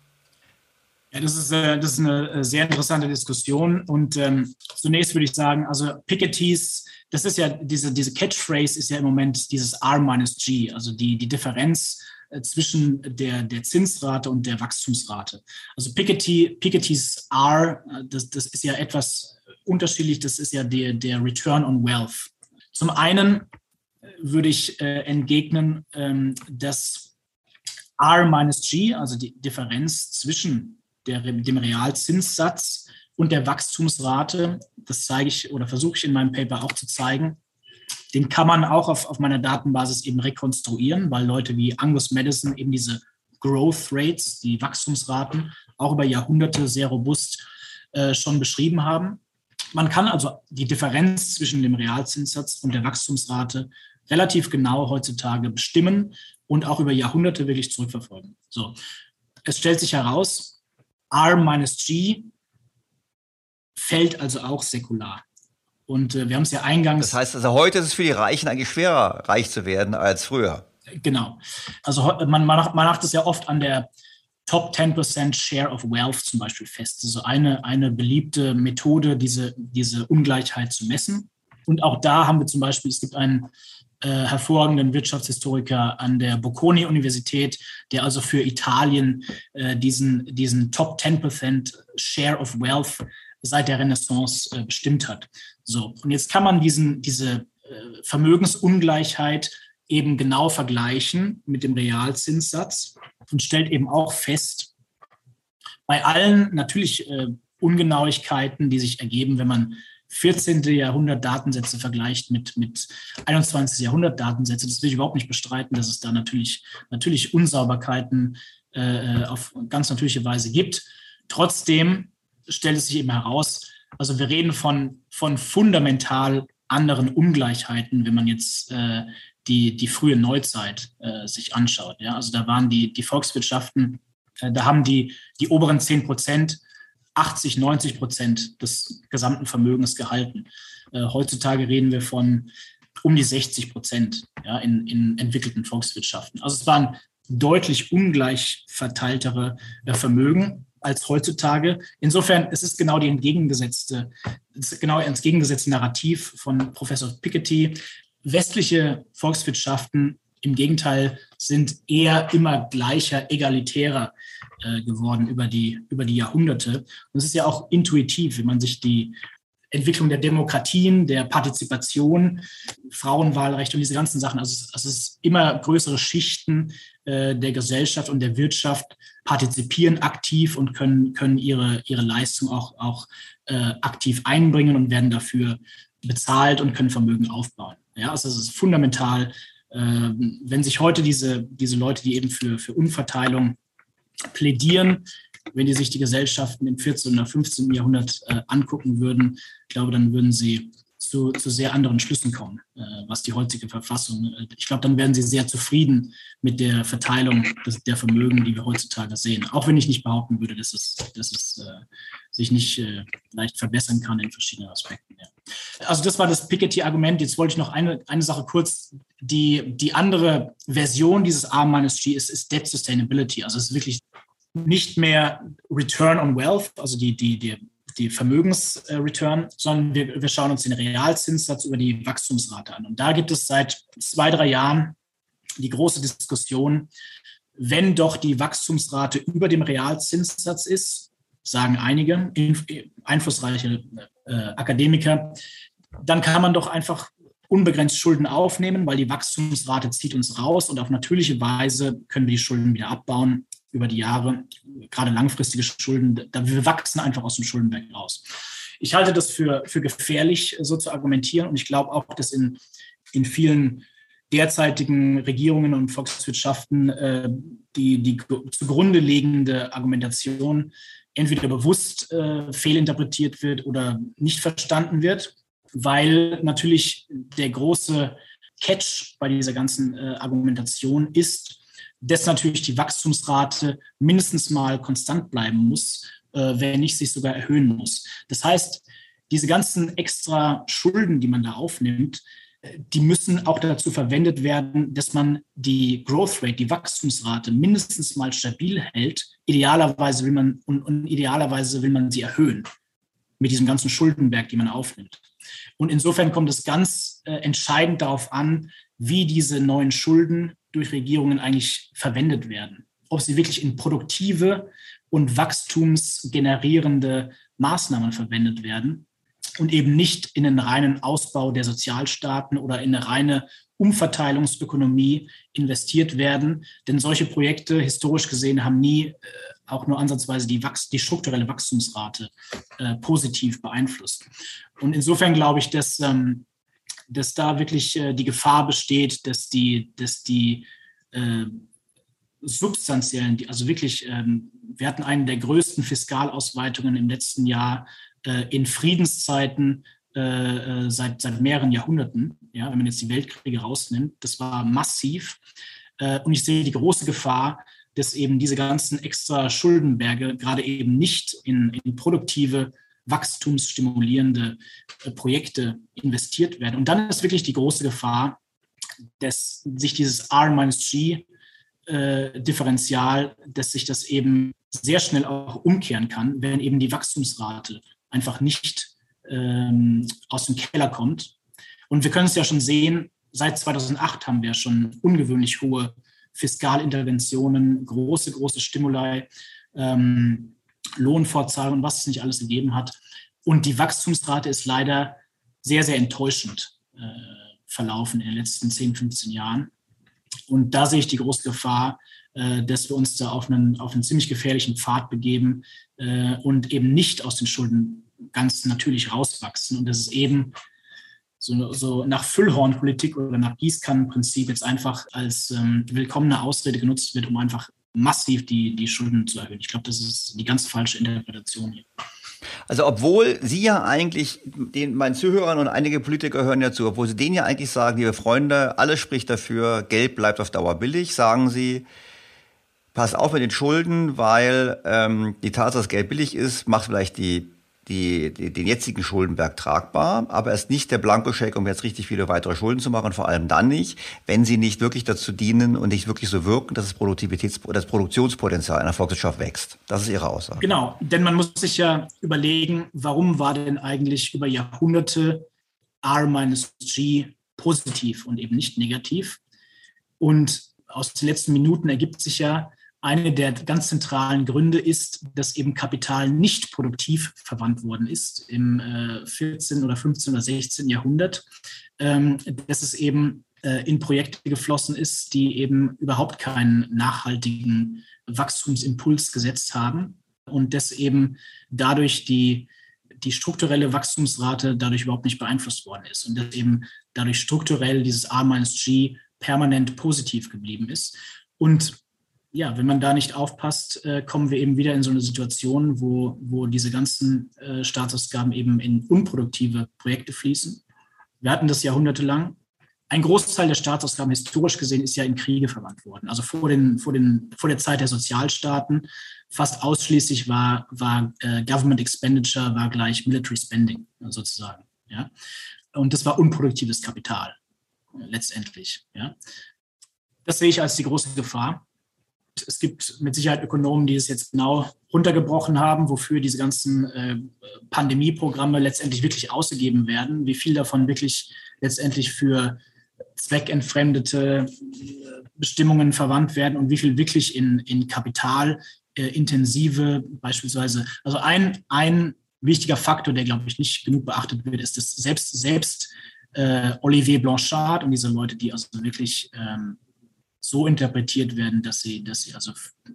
Ja, das ist eine sehr interessante Diskussion und zunächst würde ich sagen, also Pikettys, das ist ja diese Catchphrase ist ja im Moment dieses R-G, also die Differenz zwischen der Zinsrate und der Wachstumsrate. Also Pikettys R, das ist ja etwas unterschiedlich, das ist ja der Return on Wealth. Zum einen würde ich entgegnen, dass R-G, also die Differenz zwischen dem Realzinssatz und der Wachstumsrate, das zeige ich oder versuche ich in meinem Paper auch zu zeigen, den kann man auch auf meiner Datenbasis eben rekonstruieren, weil Leute wie Angus Maddison eben diese Growth Rates, die Wachstumsraten, auch über Jahrhunderte sehr robust schon beschrieben haben. Man kann also die Differenz zwischen dem Realzinssatz und der Wachstumsrate relativ genau heutzutage bestimmen und auch über Jahrhunderte wirklich zurückverfolgen. So, es stellt sich heraus, R-G fällt also auch säkular. Und wir haben es ja eingangs... Das heißt, also heute ist es für die Reichen eigentlich schwerer, reich zu werden als früher. Genau. Also man macht es ja oft an der Top 10% Share of Wealth zum Beispiel fest. Also eine beliebte Methode, diese Ungleichheit zu messen. Und auch da haben wir zum Beispiel, es gibt einen hervorragenden Wirtschaftshistoriker an der Bocconi-Universität, der also für Italien diesen Top 10% Share of Wealth seit der Renaissance bestimmt hat. So, und jetzt kann man diese Vermögensungleichheit eben genau vergleichen mit dem Realzinssatz und stellt eben auch fest, bei allen natürlich Ungenauigkeiten, die sich ergeben, wenn man 14. Jahrhundert Datensätze vergleicht mit 21. Jahrhundert Datensätze, das will ich überhaupt nicht bestreiten, dass es da natürlich Unsauberkeiten auf ganz natürliche Weise gibt. Trotzdem stellt es sich eben heraus, also wir reden von fundamental anderen Ungleichheiten, wenn man jetzt die frühe Neuzeit sich anschaut. Ja? Also da waren die Volkswirtschaften, da haben die oberen 10% 80-90% des gesamten Vermögens gehalten. Heutzutage reden wir von um die 60%, ja, in entwickelten Volkswirtschaften. Also es waren deutlich ungleich verteiltere Vermögen als heutzutage. Insofern es ist genau das entgegengesetzte Narrativ von Professor Piketty. Westliche Volkswirtschaften im Gegenteil sind eher immer gleicher, egalitärer geworden über die Jahrhunderte. Und es ist ja auch intuitiv, wenn man sich die Entwicklung der Demokratien, der Partizipation, Frauenwahlrecht und diese ganzen Sachen, also es ist immer größere Schichten der Gesellschaft und der Wirtschaft partizipieren aktiv und können ihre Leistung auch aktiv einbringen und werden dafür bezahlt und können Vermögen aufbauen. Ja, also es ist fundamental, wenn sich heute diese Leute, die eben für Umverteilung plädieren, wenn die sich die Gesellschaften im 14. oder 15. Jahrhundert angucken würden, ich glaube, dann würden sie zu sehr anderen Schlüssen kommen, was die heutige Verfassung. Ich glaube, dann wären sie sehr zufrieden mit der Verteilung der Vermögen, die wir heutzutage sehen. Auch wenn ich nicht behaupten würde, dass es sich nicht leicht verbessern kann in verschiedenen Aspekten. Ja. Also das war das Piketty-Argument. Jetzt wollte ich noch eine Sache kurz. Die andere Version dieses R-G ist Debt Sustainability. Also es ist wirklich nicht mehr Return on Wealth, also die Vermögensreturn, sondern wir schauen uns den Realzinssatz über die Wachstumsrate an. Und da gibt es seit 2-3 Jahren die große Diskussion, wenn doch die Wachstumsrate über dem Realzinssatz ist, sagen einige einflussreiche Akademiker, dann kann man doch einfach unbegrenzt Schulden aufnehmen, weil die Wachstumsrate zieht uns raus und auf natürliche Weise können wir die Schulden wieder abbauen über die Jahre, gerade langfristige Schulden, wir wachsen einfach aus dem Schuldenberg raus. Ich halte das für gefährlich, so zu argumentieren und ich glaube auch, dass in vielen derzeitigen Regierungen und Volkswirtschaften die zugrunde liegende Argumentation entweder bewusst fehlinterpretiert wird oder nicht verstanden wird, weil natürlich der große Catch bei dieser ganzen Argumentation ist, dass natürlich die Wachstumsrate mindestens mal konstant bleiben muss, wenn nicht sich sogar erhöhen muss. Das heißt, diese ganzen extra Schulden, die man da aufnimmt, die müssen auch dazu verwendet werden, dass man die Growth Rate, die Wachstumsrate mindestens mal stabil hält. Idealerweise will man sie erhöhen mit diesem ganzen Schuldenberg, die man aufnimmt. Und insofern kommt es ganz entscheidend darauf an, wie diese neuen Schulden durch Regierungen eigentlich verwendet werden. Ob sie wirklich in produktive und wachstumsgenerierende Maßnahmen verwendet werden und eben nicht in einen reinen Ausbau der Sozialstaaten oder in eine reine Umverteilungsökonomie investiert werden. Denn solche Projekte, historisch gesehen, haben nie auch nur ansatzweise die strukturelle Wachstumsrate positiv beeinflusst. Und insofern glaube ich, dass da wirklich die Gefahr besteht, dass die substanziellen, also wirklich, wir hatten eine der größten Fiskalausweitungen im letzten Jahr in Friedenszeiten seit mehreren Jahrhunderten, ja, wenn man jetzt die Weltkriege rausnimmt. Das war massiv. Und ich sehe die große Gefahr, dass eben diese ganzen extra Schuldenberge gerade eben nicht in produktive, wachstumsstimulierende Projekte investiert werden. Und dann ist wirklich die große Gefahr, dass sich dieses R-G Differential, dass sich das eben sehr schnell auch umkehren kann, wenn eben die Wachstumsrate einfach nicht aus dem Keller kommt. Und wir können es ja schon sehen, seit 2008 haben wir schon ungewöhnlich hohe Fiskalinterventionen, große Stimuli, Lohnfortzahlungen und was es nicht alles gegeben hat. Und die Wachstumsrate ist leider sehr, sehr enttäuschend verlaufen in den letzten 10, 15 Jahren. Und da sehe ich die große Gefahr, dass wir uns da auf einen ziemlich gefährlichen Pfad begeben und eben nicht aus den Schulden ganz natürlich rauswachsen. Und dass es eben so nach Füllhornpolitik oder nach Gießkannenprinzip jetzt einfach als willkommene Ausrede genutzt wird, um einfach massiv die Schulden zu erhöhen. Ich glaube, das ist die ganz falsche Interpretation hier. Also obwohl Sie ja eigentlich, meinen Zuhörern und einige Politiker hören ja zu, obwohl Sie denen ja eigentlich sagen, liebe Freunde, alles spricht dafür, Geld bleibt auf Dauer billig, sagen Sie, pass auf mit den Schulden, weil die Tatsache, dass Geld billig ist, macht vielleicht den jetzigen Schuldenberg tragbar, aber ist nicht der Blankoscheck, um jetzt richtig viele weitere Schulden zu machen, vor allem dann nicht, wenn sie nicht wirklich dazu dienen und nicht wirklich so wirken, dass das Produktionspotenzial einer Volkswirtschaft wächst. Das ist Ihre Aussage. Genau, denn man muss sich ja überlegen, warum war denn eigentlich über Jahrhunderte R-G positiv und eben nicht negativ? Und aus den letzten Minuten ergibt sich ja, eine der ganz zentralen Gründe ist, dass eben Kapital nicht produktiv verwandt worden ist im 14. oder 15. oder 16. Jahrhundert, dass es eben in Projekte geflossen ist, die eben überhaupt keinen nachhaltigen Wachstumsimpuls gesetzt haben und dass eben dadurch die strukturelle Wachstumsrate dadurch überhaupt nicht beeinflusst worden ist und dass eben dadurch strukturell dieses R-G permanent positiv geblieben ist. Und ja, wenn man da nicht aufpasst, kommen wir eben wieder in so eine Situation, wo diese ganzen Staatsausgaben eben in unproduktive Projekte fließen. Wir hatten das jahrhundertelang. Ein Großteil der Staatsausgaben historisch gesehen ist ja in Kriege verwandt worden. Also vor der Zeit der Sozialstaaten fast ausschließlich war Government Expenditure war gleich Military Spending sozusagen. Ja? Und das war unproduktives Kapital letztendlich. Ja? Das sehe ich als die große Gefahr. Es gibt mit Sicherheit Ökonomen, die es jetzt genau runtergebrochen haben, wofür diese ganzen Pandemieprogramme letztendlich wirklich ausgegeben werden, wie viel davon wirklich letztendlich für zweckentfremdete Bestimmungen verwandt werden und wie viel wirklich in kapitalintensive beispielsweise. Also ein wichtiger Faktor, der, glaube ich, nicht genug beachtet wird, ist, dass selbst Olivier Blanchard und diese Leute, die also wirklich so interpretiert werden, dass sie also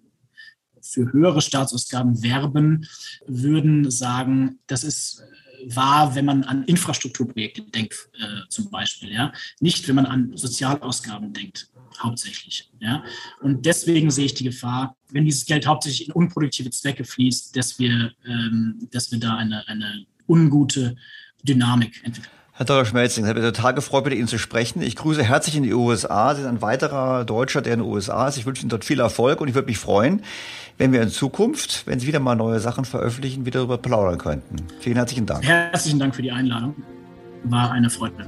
für höhere Staatsausgaben werben, würden sagen, das ist wahr, wenn man an Infrastrukturprojekte denkt, zum Beispiel, ja, nicht wenn man an Sozialausgaben denkt, hauptsächlich, ja. Und deswegen sehe ich die Gefahr, wenn dieses Geld hauptsächlich in unproduktive Zwecke fließt, dass wir da eine ungute Dynamik entwickeln. Herr Dr. Schmelzing, es hat mich total gefreut, mit Ihnen zu sprechen. Ich grüße herzlich in die USA. Sie sind ein weiterer Deutscher, der in den USA ist. Ich wünsche Ihnen dort viel Erfolg und ich würde mich freuen, wenn wir in Zukunft, wenn Sie wieder mal neue Sachen veröffentlichen, wieder darüber plaudern könnten. Vielen herzlichen Dank. Herzlichen Dank für die Einladung. War eine Freude.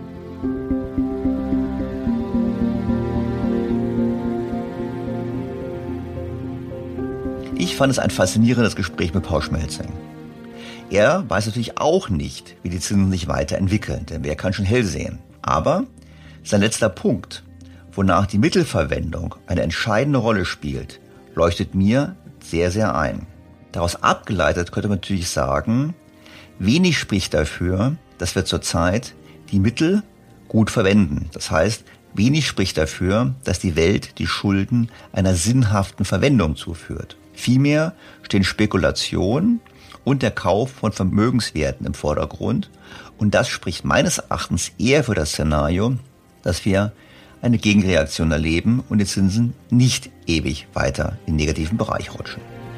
Ich fand es ein faszinierendes Gespräch mit Paul Schmelzing. Er weiß natürlich auch nicht, wie die Zinsen sich weiterentwickeln, denn wer kann schon hell sehen. Aber sein letzter Punkt, wonach die Mittelverwendung eine entscheidende Rolle spielt, leuchtet mir sehr, sehr ein. Daraus abgeleitet könnte man natürlich sagen, wenig spricht dafür, dass wir zurzeit die Mittel gut verwenden. Das heißt, wenig spricht dafür, dass die Welt die Schulden einer sinnhaften Verwendung zuführt. Vielmehr stehen Spekulation und der Kauf von Vermögenswerten im Vordergrund. Und das spricht meines Erachtens eher für das Szenario, dass wir eine Gegenreaktion erleben und die Zinsen nicht ewig weiter in den negativen Bereich rutschen.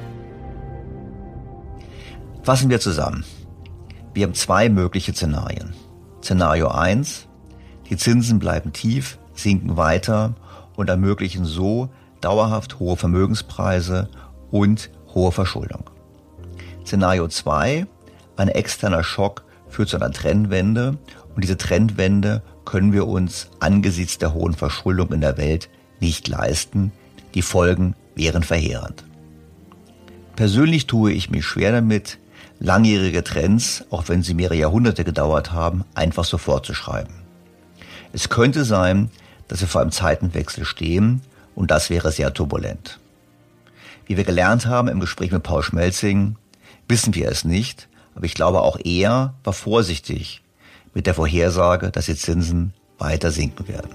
Fassen wir zusammen. Wir haben zwei mögliche Szenarien. Szenario 1, die Zinsen bleiben tief, sinken weiter und ermöglichen so dauerhaft hohe Vermögenspreise und hohe Verschuldung. Szenario 2, ein externer Schock führt zu einer Trendwende und diese Trendwende können wir uns angesichts der hohen Verschuldung in der Welt nicht leisten. Die Folgen wären verheerend. Persönlich tue ich mich schwer damit, langjährige Trends, auch wenn sie mehrere Jahrhunderte gedauert haben, einfach so fortzuschreiben. Es könnte sein, dass wir vor einem Zeitenwechsel stehen und das wäre sehr turbulent. Wie wir gelernt haben im Gespräch mit Paul Schmelzing, wissen wir es nicht, aber ich glaube auch er war vorsichtig mit der Vorhersage, dass die Zinsen weiter sinken werden.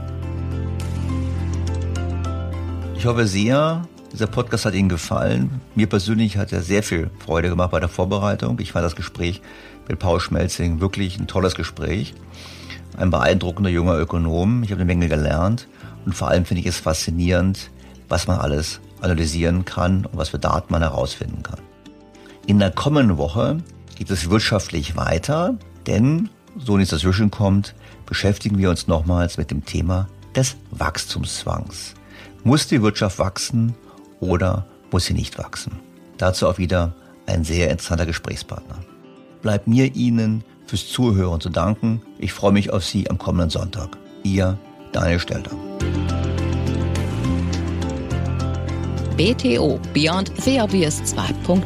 Ich hoffe sehr, dieser Podcast hat Ihnen gefallen. Mir persönlich hat er sehr viel Freude gemacht bei der Vorbereitung. Ich fand das Gespräch mit Paul Schmelzing wirklich ein tolles Gespräch. Ein beeindruckender junger Ökonom. Ich habe eine Menge gelernt und vor allem finde ich es faszinierend, was man alles analysieren kann und was für Daten man herausfinden kann. In der kommenden Woche geht es wirtschaftlich weiter, denn, so nichts dazwischen kommt, beschäftigen wir uns nochmals mit dem Thema des Wachstumszwangs. Muss die Wirtschaft wachsen oder muss sie nicht wachsen? Dazu auch wieder ein sehr interessanter Gesprächspartner. Bleibt mir Ihnen fürs Zuhören zu danken. Ich freue mich auf Sie am kommenden Sonntag. Ihr Daniel Stelter. BTO Beyond the Obvious 2.0.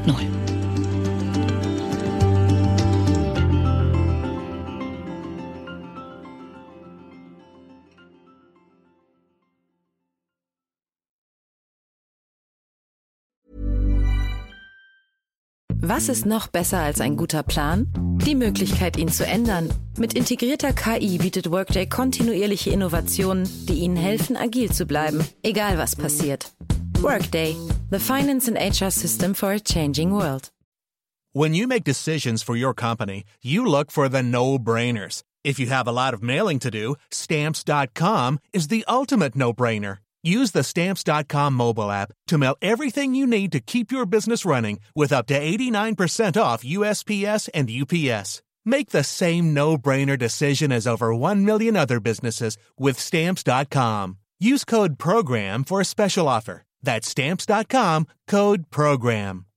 Was ist noch besser als ein guter Plan? Die Möglichkeit, ihn zu ändern. Mit integrierter KI bietet Workday kontinuierliche Innovationen, die Ihnen helfen, agil zu bleiben, egal was passiert. Workday, the finance and HR system for a changing world. When you make decisions for your company, you look for the no-brainers. If you have a lot of mailing to do, Stamps.com is the ultimate no-brainer. Use the Stamps.com mobile app to mail everything you need to keep your business running with up to 89% off USPS and UPS. Make the same no-brainer decision as over 1 million other businesses with Stamps.com. Use code PROGRAM for a special offer. That's Stamps.com, code PROGRAM.